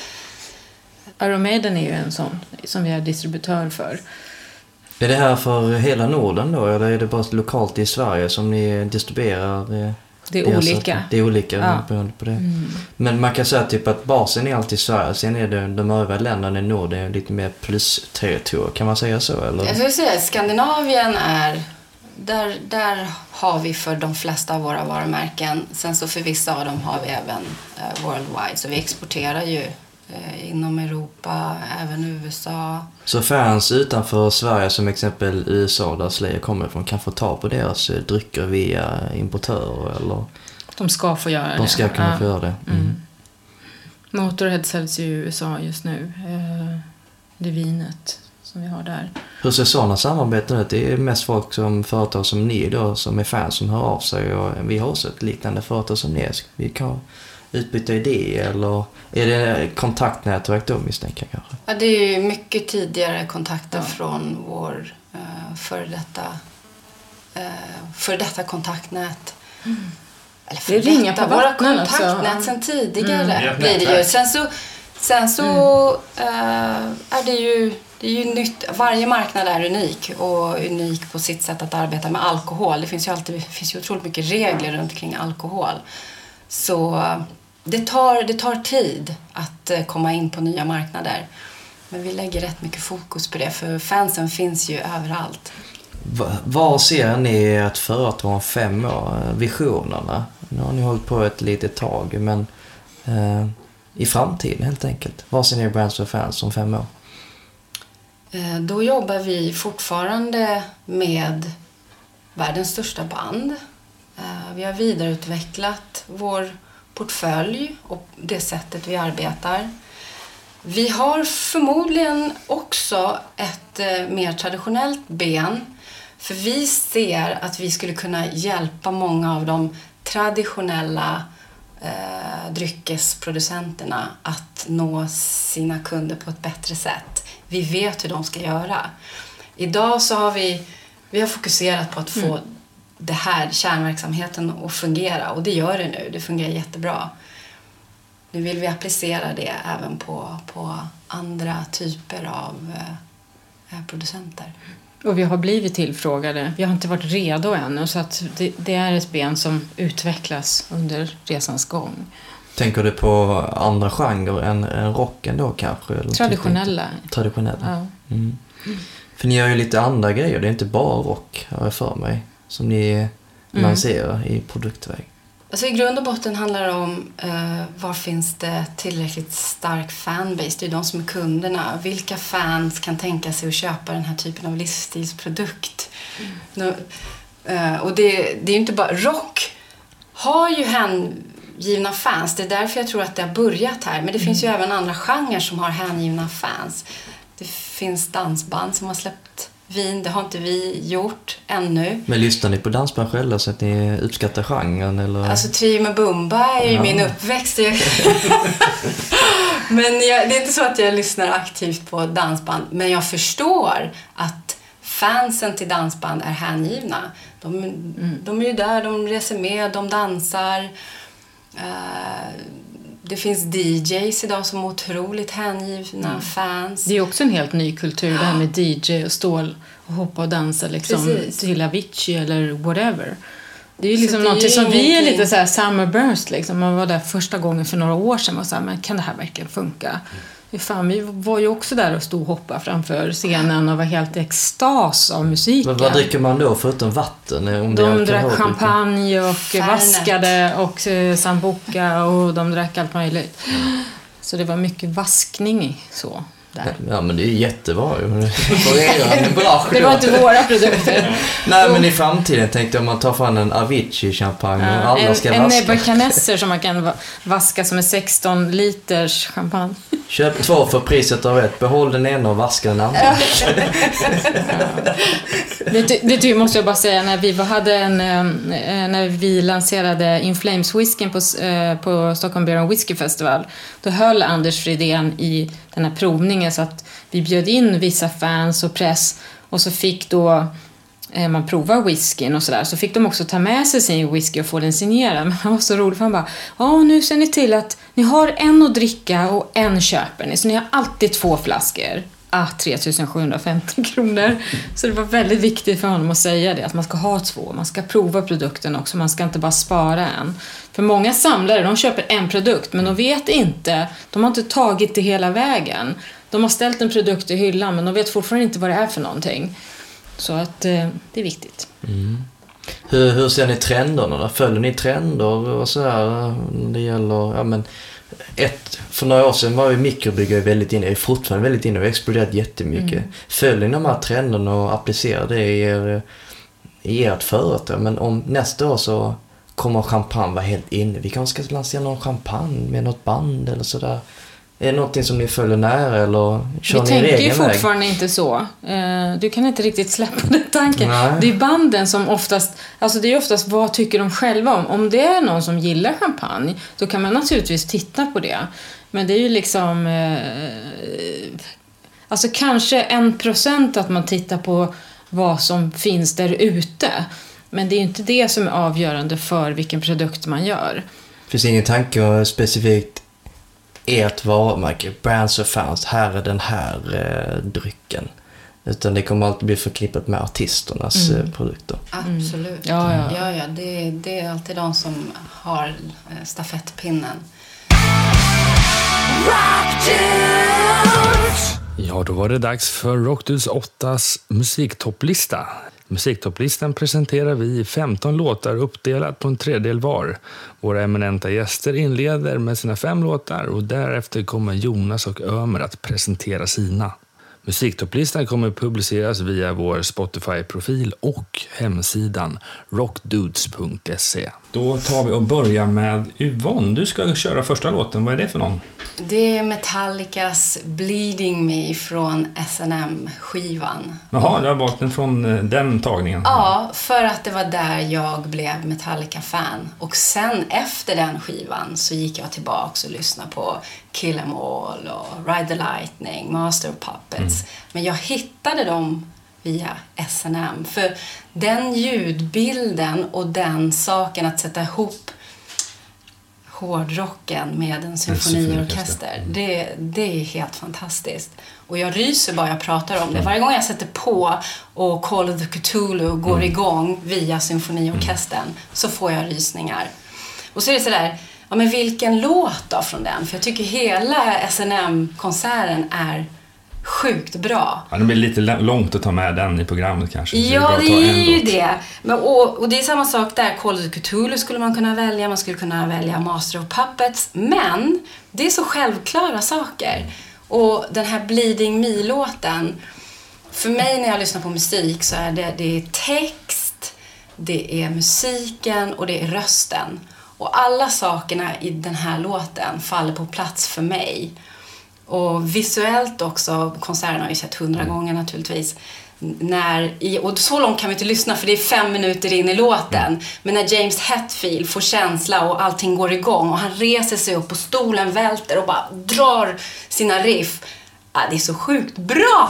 Iron Maiden är ju en sån som vi är distributör för. Är det här för hela Norden då, eller är det bara lokalt i Sverige som ni distribuerar? Det är olika. Det är olika ja. beroende på det. Mm. Men man kan säga typ att basen är alltid Sverige, sen är det de övriga länderna i Norden lite mer plus-territorier. Kan man säga så? Eller? Jag skulle säga Skandinavien är... Där, där har vi för de flesta av våra varumärken. Sen så för vissa av dem har vi även uh, worldwide. Så vi exporterar ju uh, inom Europa, även U S A. Så fans utanför Sverige, som exempel U S A där Slayer kommer ifrån, kan få ta på deras uh, drycker via importörer? Eller? De ska få göra det. De ska kunna ja. få göra det. Mm. Mm. Motorhead säljs i U S A just nu. Uh, det vinet som vi har där. Hur ser sådana samarbeten ut? Det är mest folk som företag som ni då, som är fans, som hör av sig, och vi har också ett liknande företag som ni. Vi kan utbyta idéer, eller är det kontaktnätverk då, misstänker jag kanske? Ja, det är ju mycket tidigare kontakter ja. från vår uh, för detta uh, för detta kontaktnät. Mm. Eller för det ringer detta, på våra vattnen kontaktnät alltså. sen tidigare mm. blir det ju. Sen så sen så mm. uh, är det ju Det är ju nytt. Varje marknad är unik och unik på sitt sätt att arbeta med alkohol. Det finns ju alltid, det finns ju otroligt mycket regler runt kring alkohol. Så det tar, det tar tid att komma in på nya marknader. Men vi lägger rätt mycket fokus på det, för fansen finns ju överallt. Va, var ser ni ett företag om fem år? Visionerna? Nu har ni hållit på ett litet tag, men eh, i framtiden helt enkelt. Var ser ni Brands for Fans om fem år? Eh, då jobbar vi fortfarande med världens största band. Eh, vi har vidareutvecklat vår portfölj och det sättet vi arbetar. Vi har förmodligen också ett eh, mer traditionellt ben, för vi ser att vi skulle kunna hjälpa många av de traditionella eh, dryckesproducenterna att nå sina kunder på ett bättre sätt. Vi vet hur de ska göra. Idag så har vi, vi har fokuserat på att få mm. det här kärnverksamheten att fungera, och det gör det nu. Det fungerar jättebra. Nu vill vi applicera det även på, på andra typer av eh, producenter. Och vi har blivit tillfrågade. Vi har inte varit redo ännu, så att det, det är ett ben som utvecklas under resans gång. Tänker du på andra genrer än, än rocken då kanske? Eller traditionella. Traditionella. Ja. Mm. För ni gör ju lite andra grejer. Det är inte bara rock, har jag för mig, som ni mm. lanserar i produktväg. Alltså i grund och botten handlar det om eh, var finns det tillräckligt stark fanbase. Det är de som är kunderna. Vilka fans kan tänka sig att köpa den här typen av livsstilsprodukt? Mm. Nu, eh, och det, det är ju inte bara rock. Har ju hängivna fans. Det är därför jag tror att det har börjat här. Men det mm. finns ju även andra genrer som har hängivna fans. Det finns dansband som har släppt vin. Det har inte vi gjort ännu. Men lyssnar ni på dansband själva så att ni uppskattar genren? Eller? Alltså Trio med Bumba är ju ja. min uppväxt. Men jag, det är inte så att jag lyssnar aktivt på dansband. Men jag förstår att fansen till dansband är hängivna. De, mm. de är ju där, de reser med, de dansar. Uh, det finns D Js idag som är otroligt hängivna mm. fans. Det är också en helt ny kultur, det här med D J och stål och hoppa och dansa liksom, till Avicii eller whatever. Det är ju liksom någonting som ingenting. Vi är lite så här summerburst liksom. Man var där första gången för några år sedan och sa, men kan det här verkligen funka? Mm. Fan, vi var ju också där och stod och hoppa framför scenen och var helt i extas av musiken. Men vad dricker man då förutom vatten? Om de drack champagne och Färnet. vaskade och eh, sambuca och de drack allt möjligt. Mm. Så det var mycket vaskning så. Där. Ja, men det är jättebra. Det var inte våra produkter. Nej, men i framtiden tänkte jag om man tar fram en Avicii-champagne ja, och alla en, ska en vaska. En Nebuchadnezzar som man kan vaska som är sexton liters champagne. Köp två för priset av ett. Behåll den ena och vaska den andra. Ja. det, det, det måste jag bara säga. När vi hade en, när vi lanserade In Flames whiskyn på, på Stockholm Beer and Whiskey Festival, då höll Anders Fridén i den här provningen så att vi bjöd in vissa fans och press, och så fick då eh, man prova whiskyn och sådär, så fick de också ta med sig sin whisky och få den signerad. Men det var så roligt för han bara, ja nu ser ni till att ni har en att dricka och en köper ni, så ni har alltid två flaskor. Ah, tre tusen sjuhundrafemtio kronor. Så det var väldigt viktigt för honom att säga det, att man ska ha två, man ska prova produkten också, man ska inte bara spara en. För många samlare, de köper en produkt men de vet inte, de har inte tagit det hela vägen. De har ställt en produkt i hyllan men de vet fortfarande inte vad det är för någonting. Så att eh, det är viktigt. Mm. Hur, hur ser ni trenderna då? Följer ni trender och så här? Det gäller, ja men ett, för några år sedan var ju mikrobryggare väldigt inne, är fortfarande väldigt inne och exploderat jättemycket. Mm. Följer ni de här trenderna och applicerar det i, er, i ert företag? Men om nästa år så kommer champagne vara helt inne. Vi kanske ska lansera någon champagne med något band eller sådär. Är det någonting som ni följer nära eller kör ni egen väg? Vi tänker ju fortfarande inte så. Du kan inte riktigt släppa den tanken. Nej. Det är banden som oftast, alltså det är oftast vad tycker de själva om. Om det är någon som gillar champagne, då kan man naturligtvis titta på det. Men det är ju liksom, alltså kanske en procent att man tittar på vad som finns där ute. Men det är ju inte det som är avgörande för vilken produkt man gör. Finns ingen tanke specifikt ert varumärke, Brands for Fans, här är den här eh, drycken. Utan det kommer alltid bli förknippat med artisternas mm. eh, produkter. Absolut. Mm. Ja, ja. ja, ja det, det är alltid de som har eh, stafettpinnen. Ja, då var det dags för Rockdudes åttas musiktopplista. Musiktoplistan presenterar vi i femton låtar uppdelat på en tredjedel var. Våra eminenta gäster inleder med sina fem låtar och därefter kommer Jonas och Ömer att presentera sina. Musiktoplistan kommer publiceras via vår Spotify-profil och hemsidan rockdudes punkt se. Då tar vi och börjar med Yvonne. Du ska köra första låten. Vad är det för någon? Det är Metallicas Bleeding Me från S and M-skivan. Jaha, du har valt den från den tagningen? Ja, för att det var där jag blev Metallica-fan. Och sen efter den skivan så gick jag tillbaka och lyssnade på Kill 'Em All och Ride the Lightning, Master of Puppets. Mm. Men jag hittade dem via S and M. För den ljudbilden och den saken att sätta ihop hårdrocken med en symfoniorkester, mm. det, det är helt fantastiskt. Och jag ryser bara jag pratar om det. Varje gång jag sätter på och Call of the Cthulhu går mm. igång via symfoniorkestern mm. så får jag rysningar. Och så är det sådär, ja men vilken låt då från den? För jag tycker hela S and M-konserten är sjukt bra. Ja, det blir lite långt att ta med den i programmet kanske. Ja, det är, det är ju det. Men, och, och det är samma sak där. Call of the Cthulhu skulle man kunna välja. Man skulle kunna välja Master of Puppets. Men det är så självklara saker. Och den här Bleeding Me-låten, för mig när jag lyssnar på musik så är det, det är text, det är musiken och det är rösten. Och alla sakerna i den här låten faller på plats för mig. Och visuellt också, konserten har jag sett hundra mm. gånger naturligtvis. När, och så långt kan vi inte lyssna för det är fem minuter in i låten. Mm. Men när James Hetfield får känsla och allting går igång och han reser sig upp och stolen välter och bara drar sina riff. Ja, det är så sjukt bra!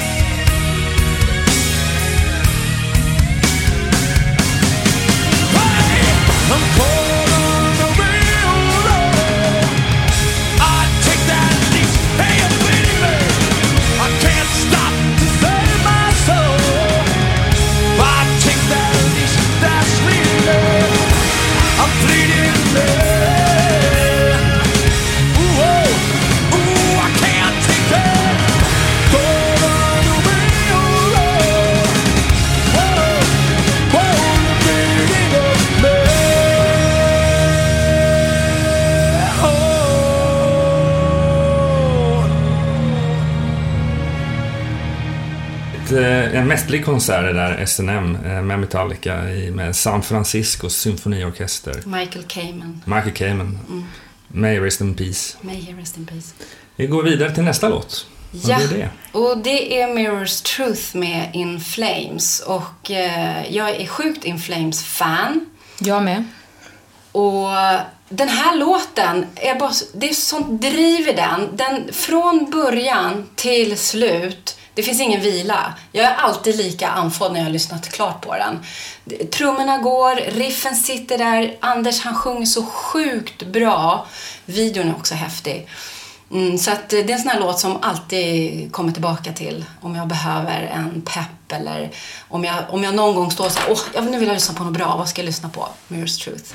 En mästerlig konsert är där S and M med Metallica med San Francisco symfoniorkester. Michael Kamen. Michael Kamen. Mm. May rest in peace. May he rest in peace. Vi går vidare till nästa låt. Ja, det är det? Och det är Mirror's Truth med In Flames. Och eh, jag är sjukt In Flames-fan. Jag med. Och den här låten, är bara, det är sånt driv i den. den. Från början till slut. Det finns ingen vila. Jag är alltid lika andfådd när jag har lyssnat klart på den. Trummorna går, riffen sitter där. Anders, han sjunger så sjukt bra. Videon är också häftig. Mm, så att det är en sån här låt som alltid kommer tillbaka till. Om jag behöver en pepp eller om jag, om jag någon gång står så här, åh, jag nu vill jag lyssna på något bra. Vad ska jag lyssna på? Mirror's Truth.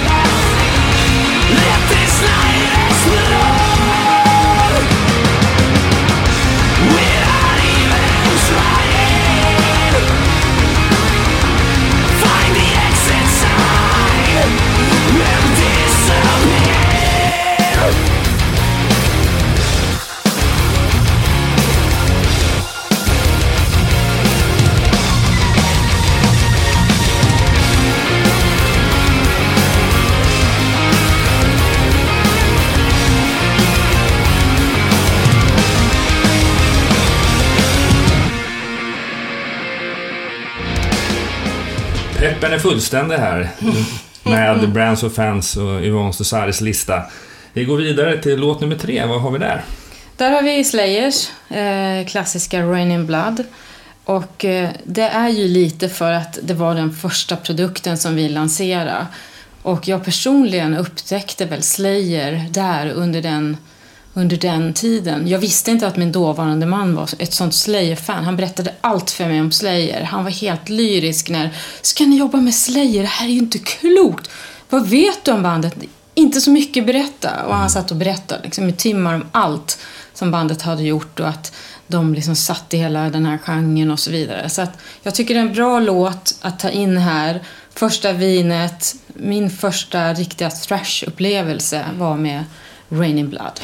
Let this light explode. Peppen är fullständig här med Brands of Fans och Yvonne Stossaris lista. Vi går vidare till låt nummer tre. Vad har vi där? Där har vi Slayers eh, klassiska Rain in Blood. Och eh, det är ju lite för att det var den första produkten som vi lanserade. Och jag personligen upptäckte väl Slayer där under den, under den tiden. Jag visste inte att min dåvarande man var ett sånt Slayer-fan. Han berättade allt för mig om Slayer. Han var helt lyrisk när, ska ni jobba med Slayer? Det här är ju inte klokt. Vad vet du om bandet? Inte så mycket berätta. Och han satt och berättade liksom, i timmar om allt som bandet hade gjort. Och att de liksom satt i hela den här genren och så vidare. Så att jag tycker det är en bra låt att ta in här. Första vinet, min första riktiga thrash-upplevelse var med Raining Blood.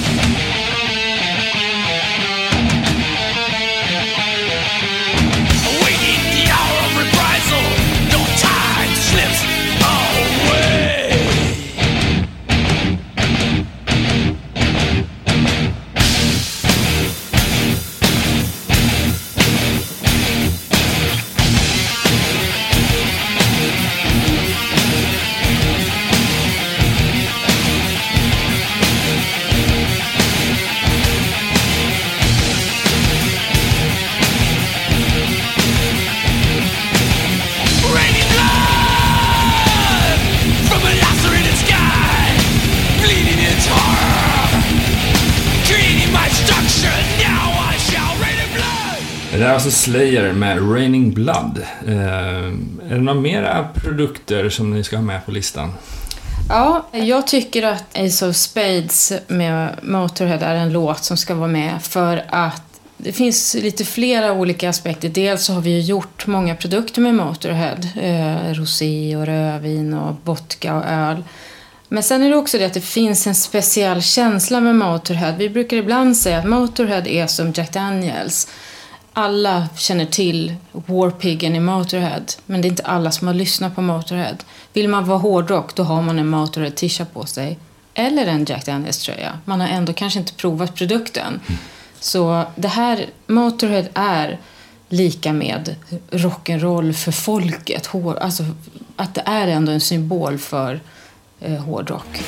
Det är alltså Slayer med Raining Blood. Eh, är det några mera produkter som ni ska ha med på listan? Ja, jag tycker att Ace of Spades med Motorhead är en låt som ska vara med för att det finns lite flera olika aspekter. Dels så har vi ju gjort många produkter med Motorhead. Eh, rosé och rödvin och vodka och öl. Men sen är det också det att det finns en speciell känsla med Motorhead. Vi brukar ibland säga att Motorhead är som Jack Daniels. Alla känner till Warpiggen i Motorhead, men det är inte alla som har lyssnat på Motorhead. Vill man vara hårdrock, då har man en Motorhead t-shirt på sig. Eller en Jack Daniels tröja. Man har ändå kanske inte provat produkten. Mm. Så det här, Motorhead är lika med rock'n'roll för folket. Hår, alltså att det är ändå en symbol för eh, hårdrock.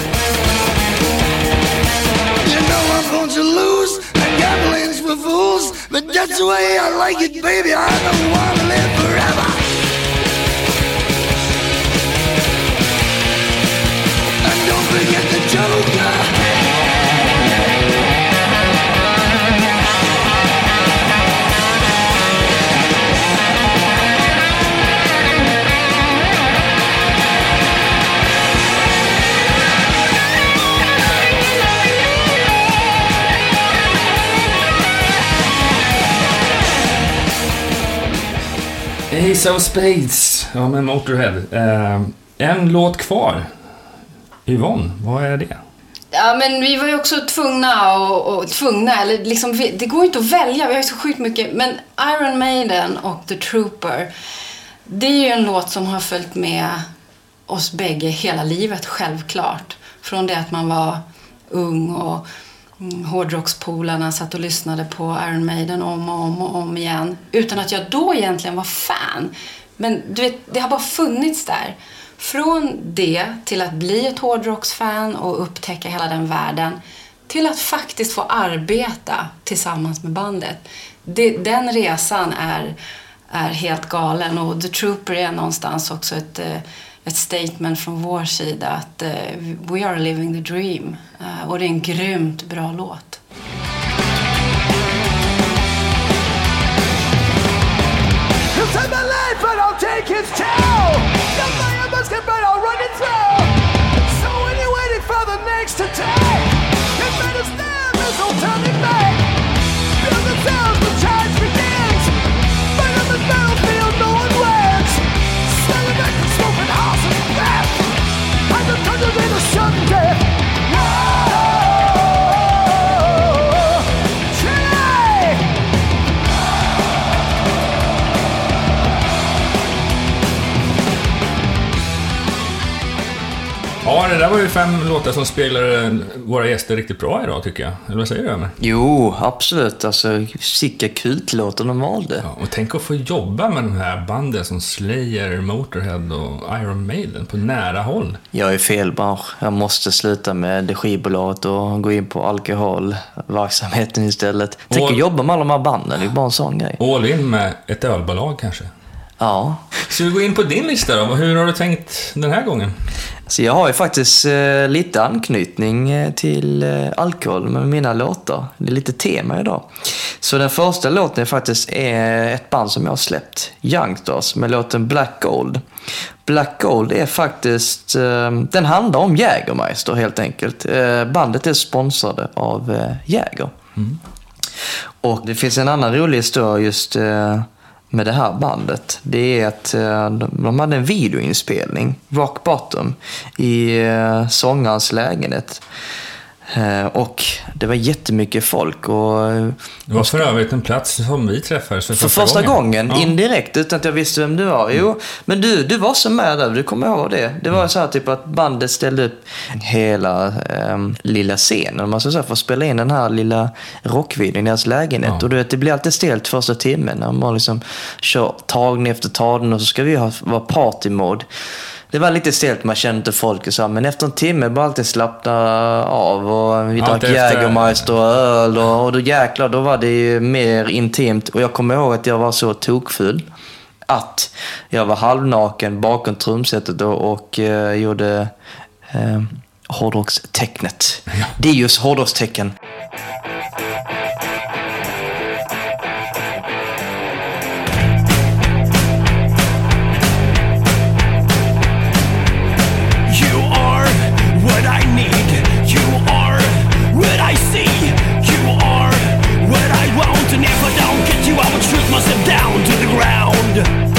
You know I'm going to lose, and gambling's for fools, but that's the way I like it, baby. I don't want to live forever. And don't forget the Joker. Ace of Spades, ja, med Motorhead. Eh, en låt kvar. Yvonne, vad är det? Ja, men vi var ju också tvungna och, och tvungna, eller liksom, vi, det går inte att välja, vi har ju så sjukt mycket. Men Iron Maiden och The Trooper, det är ju en låt som har följt med oss bägge hela livet, självklart. Från det att man var ung och mm, hårdrockspolarna satt och lyssnade på Iron Maiden om och om och om igen. Utan att jag då egentligen var fan. Men du vet, det har bara funnits där. Från det till att bli ett hårdrocksfan och upptäcka hela den världen, till att faktiskt få arbeta tillsammans med bandet. Det, den resan är, är helt galen. Och The Trooper är någonstans också ett, ett statement från vår sida att uh, we are living the dream. Uh, och det är en grymt bra låt. He'll take my life, but I'll take his tail. Young man must get right, I'll run it through. So when you're waiting for the next attack, it better stand, there's no turning back. Build themselves, the charge begins. Fight on the battlefield, no one wins. Standing back and smoking horse and back. I'm the thunder in a sudden death. Ja, det där var ju fem låtar som speglar våra gäster riktigt bra idag, tycker jag. Eller vad säger du, Ömer? Jo, absolut. Alltså, sicka kultlåtar de valde. Ja, och tänk att få jobba med de här banden som Slayer, Motorhead och Iron Maiden på nära håll. Jag är fel bransch. Jag måste sluta med det skivbolaget och gå in på alkoholverksamheten istället. Tänk att jobba med alla de här banden, det är bara en sån grej. All in med ett ölbolag kanske. Ja. Så vi går in på din lista då. Hur har du tänkt den här gången? Så jag har ju faktiskt eh, lite anknytning eh, till eh, alkohol med mina låtar. Det är lite tema idag. Så den första låten är faktiskt är ett band som jag har släppt, Youngsters, med låten Black Gold. Black Gold är faktiskt, eh, den handlar om Jägermeister helt enkelt. Eh, bandet är sponsrade av eh, Jäger. Mm. Och det finns en annan rolig historia just eh, med det här bandet. Det är att eh, de hade en videoinspelning, Rock Bottom, i eh, sångarens lägenhet. Eh, och det var jättemycket folk. Och, det var för övrigt en plats som vi träffades för, för första, första gången, gången ja. Indirekt, utan att jag visste vem du var. Jo, men du, du var så med där, du kommer ihåg det. Det var så här typ att bandet ställde upp hela eh, lilla scenen. Man ska säga, för att spela in den här lilla rockvideon i deras lägenhet. Ja. Och du vet, det blir alltid stelt första timmen när man liksom kör tagning efter tagning och så ska vi ha vara partymode. Det var lite stelt, man kände inte folk och så, men efter en timme bara alltid slappna av och vi drack Jägermeister och öl och, och då jäklar, då var det ju mer intimt. Och jag kommer ihåg att jag var så tokfull att jag var halvnaken bakom trumsetet och, och uh, gjorde uh, hårdrockstecknet. Ja. Det är just hårdrockstecken. Down to the ground.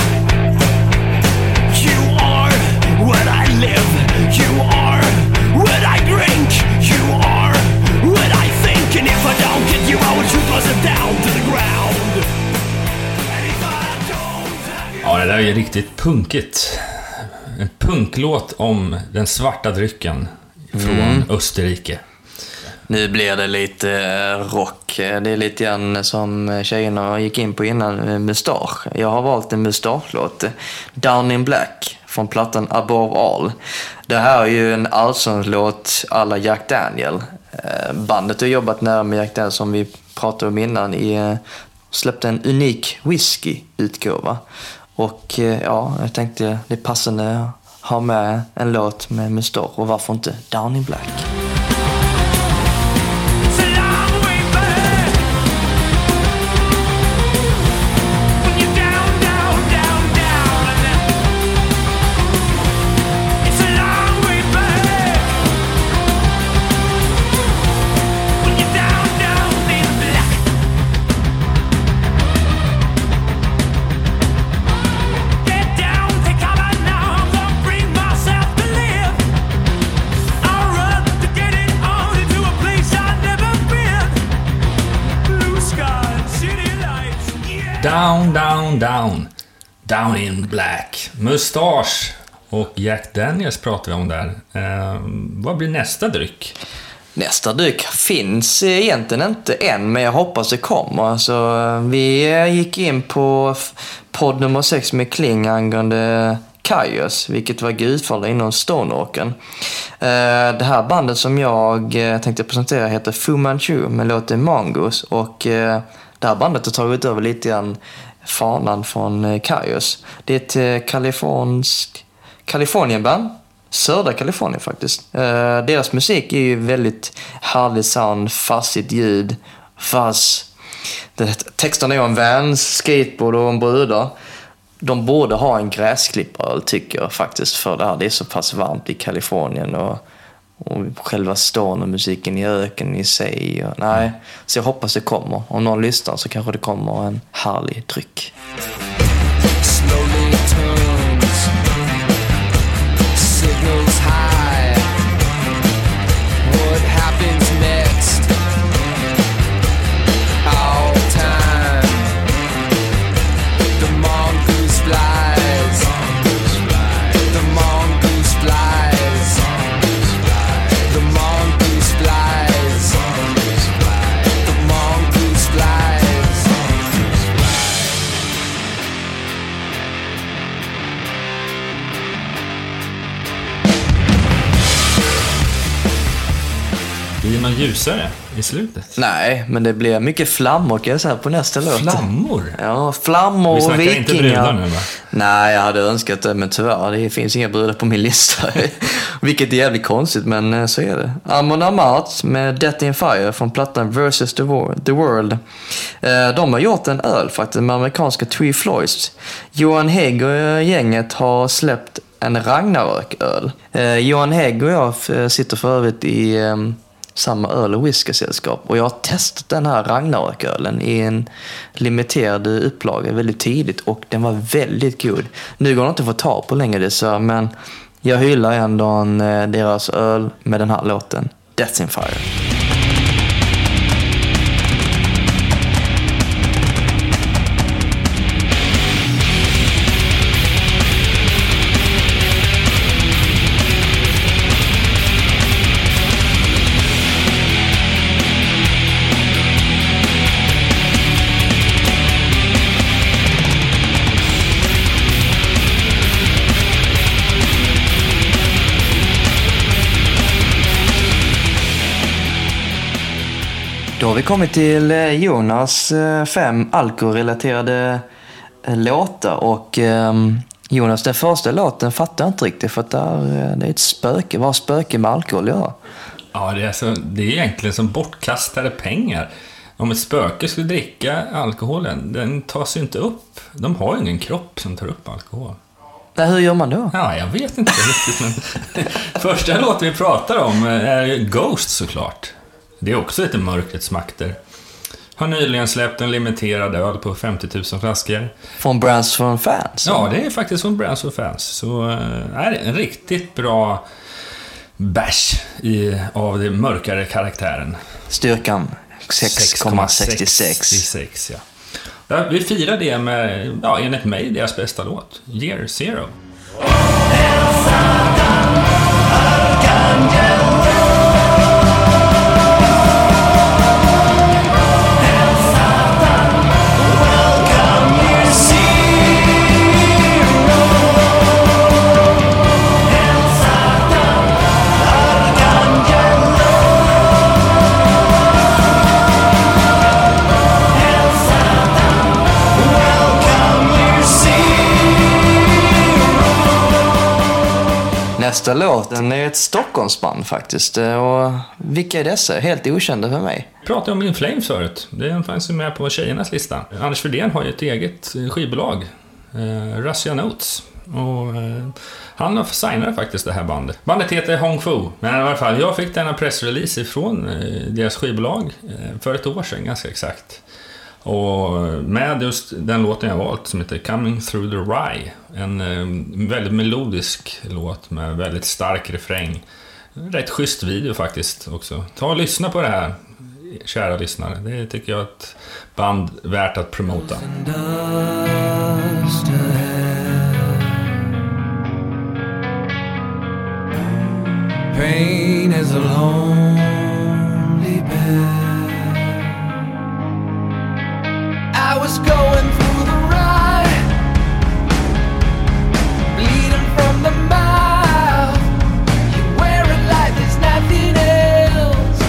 You are what I live. You are what I drink. You are what I think. And if I don't get you, I will shoot myself down to the ground. And if I don't... Ja, det där är ju riktigt punkigt. En punklåt om den svarta drycken från mm. Österrike. Nu blir det lite rock. Det är lite grann som tjejerna gick in på innan, mustasch. Jag har valt en mustaschlåt. Down in Black från plattan Above All. Det här är ju en allsångslåt alla Jack Daniel. Bandet har jobbat nära med Jack Daniel som vi pratade om innan. I, släppte en unik whisky-utgåva. Och ja, jag tänkte det är passande att ha med en låt med mustasch. Och varför inte Down in Black? Down, down, down. Down in Black. Mustasch och Jack Daniels pratar vi om där. Eh, vad blir nästa dryck? Nästa dryck finns egentligen inte än, men jag hoppas det kommer. Alltså, vi gick in på podd nummer sex med Kling angående Kyuss, vilket var gudfall inom Stoneåken. Det här bandet som jag tänkte presentera heter Fu Manchu med låten Mongoose, och det här bandet har tagit över lite grann fanan från Kyuss. Det är ett kaliforniskt Kalifornienband, södra Kalifornien faktiskt. Deras musik är ju väldigt härlig sound, fassigt ljud, fast texterna är om vans, skateboard och om brudar. De borde ha en gräsklippare, tycker jag faktiskt, för det här. Det är så pass varmt i Kalifornien och, och själva stan och musiken i öken i sig. Och, nej, så jag hoppas det kommer. Om någon lyssnar så kanske det kommer en härlig dryck. Slowly turns, signals high. What happens next? All time. The mongoose flies. The mongoose flies. The mongoose flies. The mongoose flies. Blir man ljusare i slutet? Nej, men det blir mycket flammor, kan jag säga, på nästa låt. Flammor? Ja, flammor och vikingar. Vi snackar inte brudar nu, va? Nej, jag hade önskat det, men tyvärr, det finns inga brudar på min lista. Vilket är jävligt konstigt, men så är det. Amon Amarth med Death in Fire från plattan Versus the World. De har gjort en öl faktiskt med amerikanska Three Floyds. Johan Hägg och gänget har släppt en Ragnarök-öl. Johan Hägg och jag sitter för övrigt i samma öl- och whiskysällskap. Och jag har testat den här Ragnarök-ölen i en limiterad upplaga väldigt tidigt och den var väldigt god. Nu går det inte att få ta på längre dessvärre, men jag hyllar ändå en, deras öl med den här låten, Death in Fire. Då har vi kommit till Jonas fem alkoholrelaterade låtar och um, Jonas, den första låten fattar jag inte riktigt för att där, det är ett spöke. Vad har spöke med alkohol att göra? Ja, det är, så, det är egentligen som bortkastade pengar. Om ett spöke skulle dricka alkoholen, den tas ju inte upp. De har ju ingen kropp som tar upp alkohol. Nej, hur gör man då? Ja, jag vet inte riktigt. Men första låten vi pratar om är Ghost såklart. Det är också lite mörkrets makter. Har nyligen släppt en limiterad öl på femtio tusen flaskor. Från Brands for Fans? Ja, det är faktiskt från Brands for Fans. Så är äh, en riktigt bra bärs i, av den mörkare karaktären. Styrkan sex komma sextiosex. Ja. Ja, vi firar det med, ja, enligt mig, deras bästa låt. Year Zero. Nästa låt, den är ett Stockholmsband faktiskt. Och vilka är dessa? Helt okända för mig. Jag pratade om In Flames förut. Det fanns ju med på tjejernas lista. Anders Fredén har ju ett eget skivbolag, eh, Russia Notes. Och eh, han har signat faktiskt det här bandet. Bandet heter Hong Fu. Men i alla fall, jag fick denna pressrelease ifrån eh, deras skivbolag eh, för ett år sedan ganska exakt. Och med just den låten jag valt som heter Coming Through the Rye. En eh, väldigt melodisk låt med väldigt stark refräng. Rätt schysst video faktiskt också. Ta och lyssna på det här, kära lyssnare. Det tycker jag är ett band värt att promota. Pain is a lonely bed. I was going through the ride, bleeding from the mouth. You wear it like there's nothing else.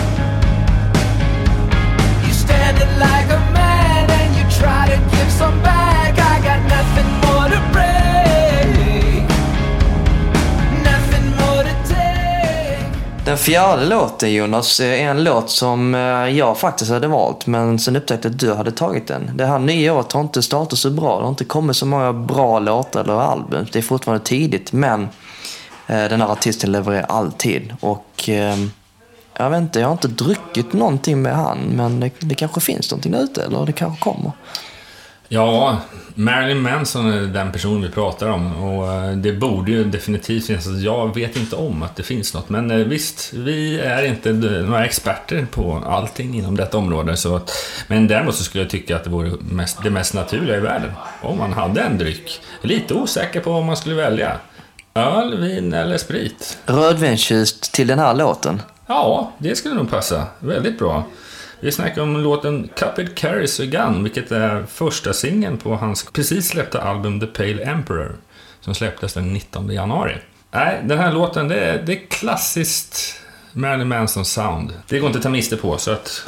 You standing like a man and you try to give some back. I got nothing more to break, nothing more to take. Den fjärde låten, Jonas, är en låt som jag faktiskt hade valt, men sen upptäckte att du hade tagit den. Det här nya året har inte startat så bra. Det har inte kommit så många bra låtar eller album. Det är fortfarande tidigt, men eh, den här artisten levererar alltid. Och eh, jag vet inte, jag har inte druckit någonting med han, men det, det kanske finns någonting ute, eller det kanske kommer. Ja, Marilyn Manson är den person vi pratar om och det borde ju definitivt finnas. Jag vet inte om att det finns något, men visst, vi är inte några experter på allting inom detta område. Så att, men däremot så skulle jag tycka att det vore mest, det mest naturliga i världen om man hade en dryck. Lite osäker på vad man skulle välja. Öl, vin eller sprit. Rödvinstjust till den här låten? Ja, det skulle nog passa. Väldigt bra. Vi snackar om låten Cupid Carries a Gun, vilket är första singeln på hans precis släppta album The Pale Emperor, som släpptes den nittonde januari. Nej, den här låten, det är, det är klassiskt Marilyn Manson sound. Det går inte att ta miste på, så att...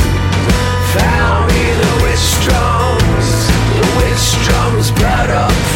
Blood up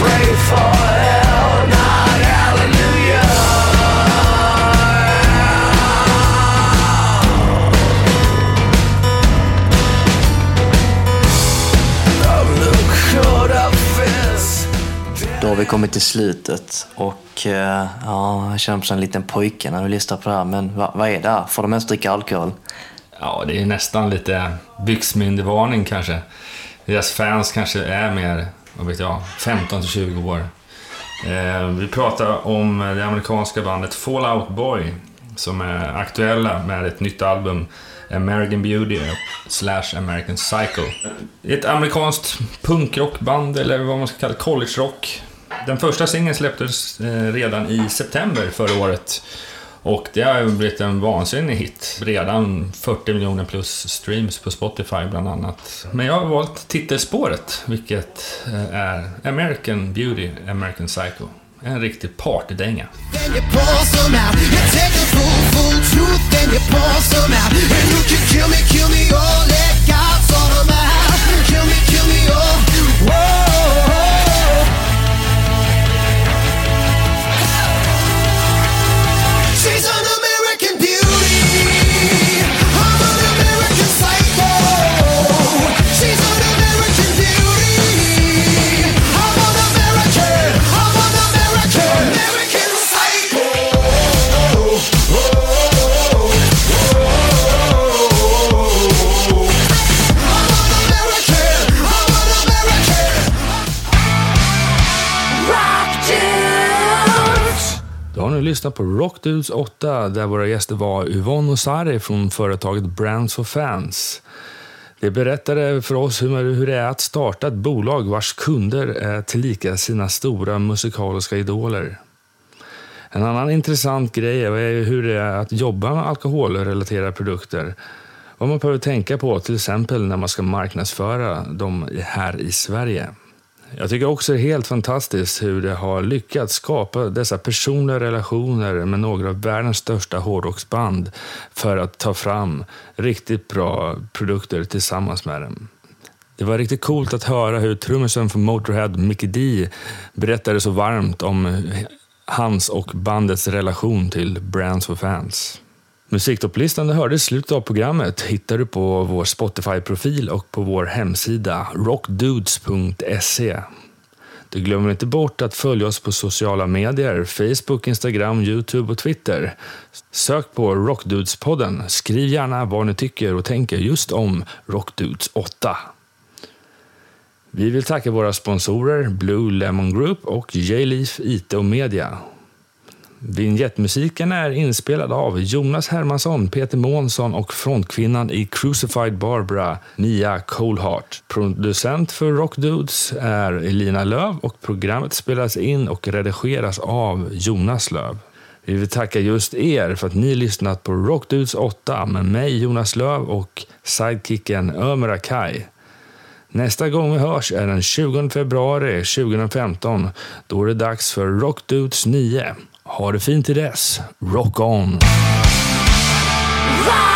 vi kommit till slutet och eh, ja, jag känner mig som en liten pojke när vi lyssnar på det här. Men va, vad är det här? Får de ens dricka alkohol? Ja, det är nästan lite byxmyndigvarning kanske. Deras fans kanske är mer, vad vet jag, femton till tjugo år. Eh, vi pratar om det amerikanska bandet Fall Out Boy som är aktuella med ett nytt album, American Beauty slash American Psycho. Ett amerikanskt punkrockband, eller vad man ska kalla college rock. Den första singeln släpptes eh, redan i september förra året. Och det har blivit en vansinnig hit. Redan fyrtio miljoner plus streams på Spotify bland annat. Men jag har valt titelspåret, vilket är American Beauty, American Psycho. En riktig partydänga. Lyssna på Rock Dudes åtta där våra gäster var Yvonne och Sari från företaget Brands for Fans. Det berättade för oss hur, hur det är att starta ett bolag vars kunder är tillika sina stora musikaliska idoler. En annan intressant grej är hur det är att jobba med alkoholrelaterade produkter. Vad man behöver tänka på till exempel när man ska marknadsföra dem här i Sverige. Jag tycker också det är helt fantastiskt hur det har lyckats skapa dessa personliga relationer med några av världens största hårdrocksband för att ta fram riktigt bra produkter tillsammans med dem. Det var riktigt coolt att höra hur trummisen från Motorhead, Mickey D, berättade så varmt om hans och bandets relation till Brands for Fans. Musiktopplistan du hörde i slutet av programmet hittar du på vår Spotify-profil och på vår hemsida rockdudes punkt se. Du glömmer inte bort att följa oss på sociala medier, Facebook, Instagram, YouTube och Twitter. Sök på Rockdudes-podden. Skriv gärna vad ni tycker och tänker just om Rockdudes åtta. Vi vill tacka våra sponsorer Blue Lemon Group och J-Leaf I T och Media. Vignettmusiken är inspelad av Jonas Hermansson, Peter Månsson och frontkvinnan i Crucified Barbara, Mia Coldheart. Producent för Rockdudes är Elina Löv och programmet spelas in och redigeras av Jonas Löv. Vi vill tacka just er för att ni lyssnat på Rockdudes åtta med mig Jonas Löv och sidekicken Ömer Akai. Nästa gång vi hörs är den tjugonde februari tjugohundrafemton. Då är det dags för Rockdudes nio. Ha det fint till dess. Rock on! Rock!